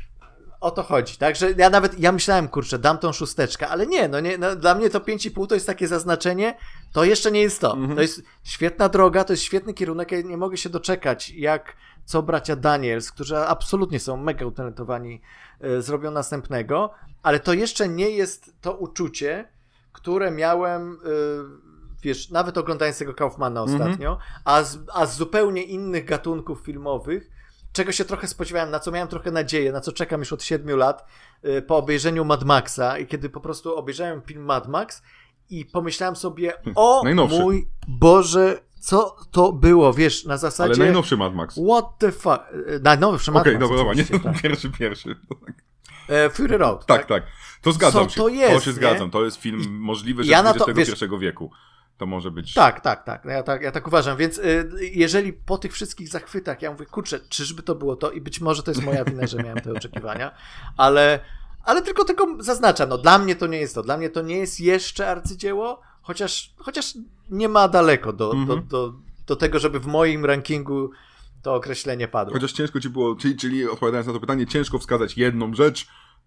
O to chodzi, tak, że ja nawet, ja myślałem, kurczę, dam tą szósteczkę, ale nie, no nie, no, dla mnie to pięć i pół to jest takie zaznaczenie, to jeszcze nie jest to. Mm-hmm. To jest świetna droga, to jest świetny kierunek, ja nie mogę się doczekać, jak co bracia Daniels, którzy absolutnie są mega utalentowani, y, zrobią następnego, ale to jeszcze nie jest to uczucie, które miałem, y, wiesz, nawet oglądając tego Kaufmana ostatnio, mm-hmm. a, z, a z zupełnie innych gatunków filmowych, czego się trochę spodziewałem, na co miałem trochę nadzieję, na co czekam już od siedmiu lat yy, po obejrzeniu Mad Maxa i kiedy po prostu obejrzałem film Mad Max i pomyślałem sobie, o najnowszy. Mój Boże, co to było, wiesz, na zasadzie... Ale najnowszy Mad Max. What the fuck? Najnowszy Mad okay, Max. Okej, dobra, dobra, nie, tak. pierwszy, pierwszy. E, Fury Road, tak? Tak, tak. To zgadzam co się. To, jest, to się nie? zgadzam. To jest film I możliwy, że ja z dwudziestego pierwszego to, wiesz, wieku. To może być... Tak, tak, tak. Ja tak, ja tak uważam. Więc y, jeżeli po tych wszystkich zachwytach ja mówię, kurczę, czyżby to było to i być może to jest moja wina, że miałem te oczekiwania, ale, ale tylko tylko zaznaczam, no dla mnie to nie jest to. Dla mnie to nie jest jeszcze arcydzieło, chociaż, chociaż nie ma daleko do, mm-hmm. do, do, do tego, żeby w moim rankingu to określenie padło. Chociaż ciężko ci było, czyli, czyli odpowiadając na to pytanie, ciężko wskazać jedną rzecz,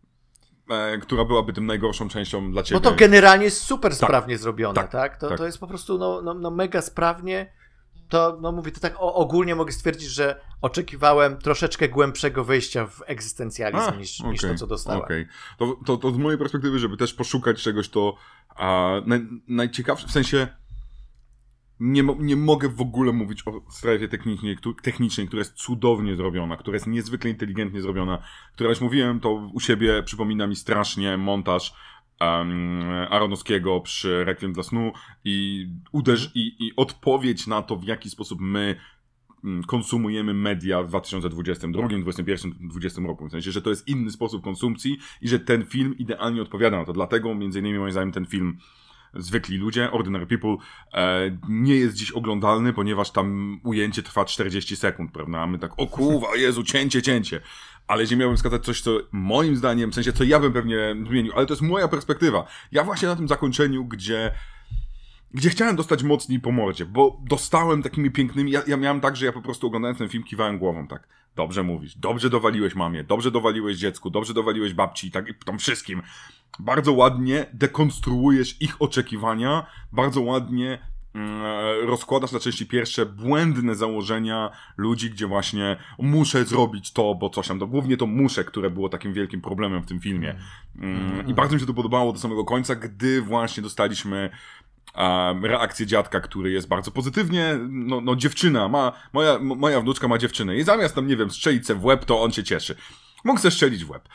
E, która byłaby tym najgorszą częścią dla ciebie. Bo to generalnie jest super tak, sprawnie zrobione, tak? tak? To, tak. to jest po prostu no, no, no mega sprawnie. To, no mówię, to tak o, ogólnie mogę stwierdzić, że oczekiwałem troszeczkę głębszego wejścia w egzystencjalizm A, niż, okay, niż to, co dostałem. Okay. To, to, to z mojej perspektywy, żeby też poszukać czegoś, to a, naj, najciekawsze, w sensie nie, nie mogę w ogóle mówić o strefie technicznej, technicznej, która jest cudownie zrobiona, która jest niezwykle inteligentnie zrobiona, która, już mówiłem, to u siebie przypomina mi strasznie montaż um, Aronowskiego przy Requiem dla snu i, uderz, i, i odpowiedź na to, w jaki sposób my konsumujemy media w dwa tysiące dwudziestym drugim, dwudziestym pierwszym, dwudziestym roku. W sensie, że to jest inny sposób konsumpcji i że ten film idealnie odpowiada na to. Dlatego, między innymi, moim zdaniem, ten film Zwykli ludzie, Ordinary People, e, nie jest dziś oglądalny, ponieważ tam ujęcie trwa czterdzieści sekund, prawda? A my tak, o kurwa, Jezu, cięcie, cięcie. Ale jeśli miałbym wskazać coś, co moim zdaniem, w sensie, co ja bym pewnie zmienił, ale to jest moja perspektywa. Ja właśnie na tym zakończeniu, gdzie gdzie chciałem dostać mocniej po mordzie, bo dostałem takimi pięknymi, ja, ja miałem tak, że ja po prostu oglądając ten film kiwałem głową, tak, dobrze mówisz, dobrze dowaliłeś mamie, dobrze dowaliłeś dziecku, dobrze dowaliłeś babci, tak, i tam wszystkim. Bardzo ładnie dekonstruujesz ich oczekiwania, bardzo ładnie rozkładasz na części pierwsze błędne założenia ludzi, gdzie właśnie muszę zrobić to, bo coś tam, to głównie to muszę, które było takim wielkim problemem w tym filmie. Mm. I bardzo mi się to podobało do samego końca, gdy właśnie dostaliśmy um, reakcję dziadka, który jest bardzo pozytywnie, no, no dziewczyna, ma, moja, moja wnuczka ma dziewczynę i zamiast tam, nie wiem, strzelić se w łeb, to on się cieszy. Mógł se strzelić w łeb.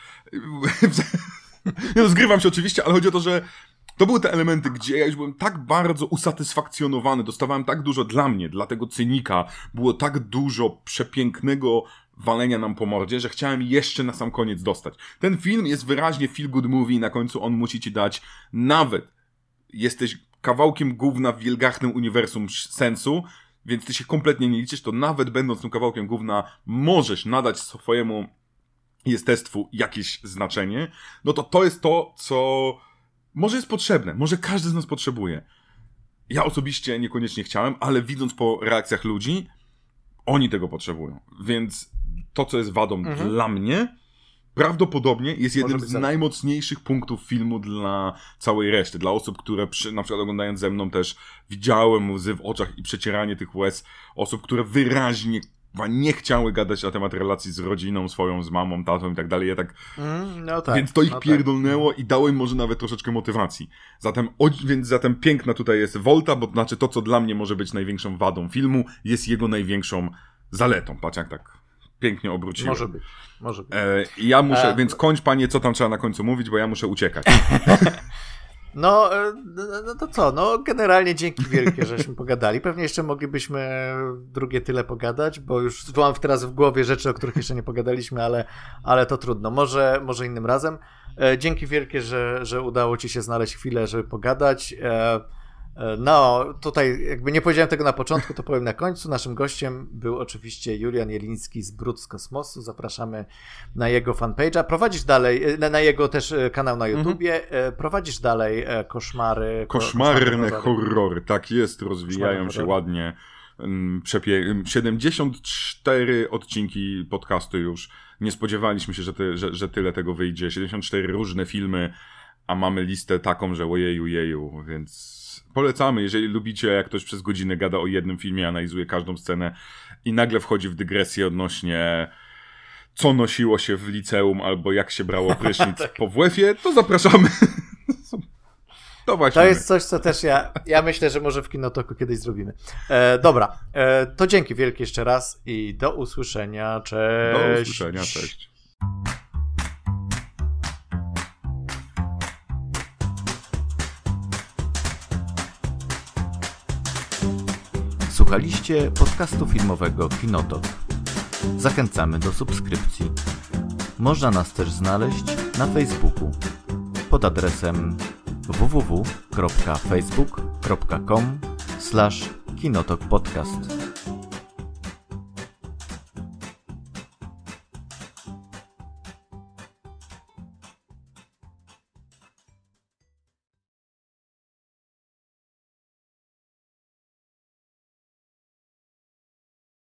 Nie no, zgrywam się oczywiście, ale chodzi o to, że to były te elementy, gdzie ja już byłem tak bardzo usatysfakcjonowany, dostawałem tak dużo dla mnie, dla tego cynika, było tak dużo przepięknego walenia nam po mordzie, że chciałem jeszcze na sam koniec dostać. Ten film jest wyraźnie feel good movie, na końcu on musi ci dać nawet, jesteś kawałkiem gówna w wielgachnym uniwersum sensu, więc ty się kompletnie nie liczysz, to nawet będąc tym kawałkiem gówna możesz nadać swojemu jestestwu jakieś znaczenie, no to to jest to, co może jest potrzebne, może każdy z nas potrzebuje. Ja osobiście niekoniecznie chciałem, ale widząc po reakcjach ludzi, oni tego potrzebują. Więc to, co jest wadą mhm. dla mnie, prawdopodobnie jest jednym z najmocniejszych punktów filmu dla całej reszty. Dla osób, które przy, na przykład oglądając ze mną też widziałem łzy w oczach i przecieranie tych łez. Osób, które wyraźnie nie chciały gadać na temat relacji z rodziną swoją, z mamą, tatą i tak dalej. Ja tak... Mm, no tak. Więc to ich no pierdolnęło tak. i dało im może nawet troszeczkę motywacji. Zatem, o, więc zatem piękna tutaj jest Volta, bo to znaczy to, co dla mnie może być największą wadą filmu, jest jego największą zaletą. Patrz, jak tak pięknie obróciłem. Może być, może być. E, ja muszę, e... więc kończ, panie, co tam trzeba na końcu mówić, bo ja muszę uciekać. No, no to co, no generalnie dzięki wielkie, żeśmy pogadali. Pewnie jeszcze moglibyśmy drugie tyle pogadać, bo już mam teraz w głowie rzeczy, o których jeszcze nie pogadaliśmy, ale, ale to trudno. Może, może innym razem. Dzięki wielkie, że, że udało ci się znaleźć chwilę, żeby pogadać. No, tutaj jakby nie powiedziałem tego na początku, to powiem na końcu. Naszym gościem był oczywiście Julian Jeliński z Brud z Kosmosu. Zapraszamy na jego fanpage'a. Prowadzisz dalej, na jego też kanał na YouTubie. Mhm. Prowadzisz dalej koszmary. Koszmarne horrory. horrory. Tak jest, rozwijają się horrory. Ładnie. Przepie... siedemdziesiąt cztery odcinki podcastu już. Nie spodziewaliśmy się, że, ty, że, że tyle tego wyjdzie. siedemdziesiąt cztery różne filmy, a mamy listę taką, że ojeju, jeju, więc polecamy, jeżeli lubicie, jak ktoś przez godzinę gada o jednym filmie, analizuje każdą scenę i nagle wchodzi w dygresję odnośnie co nosiło się w liceum albo jak się brało prysznic tak. po W F-ie, to zapraszamy. To właśnie. To jest coś, co też ja, ja myślę, że może w Kinotoku kiedyś zrobimy. E, dobra, e, to dzięki wielkie jeszcze raz i do usłyszenia. Cześć. Do usłyszenia, cześć. Słuchaliście podcastu filmowego Kinotok. Zachęcamy do subskrypcji. Można nas też znaleźć na Facebooku pod adresem w w w kropka facebook kropka com slash kinotok podcast.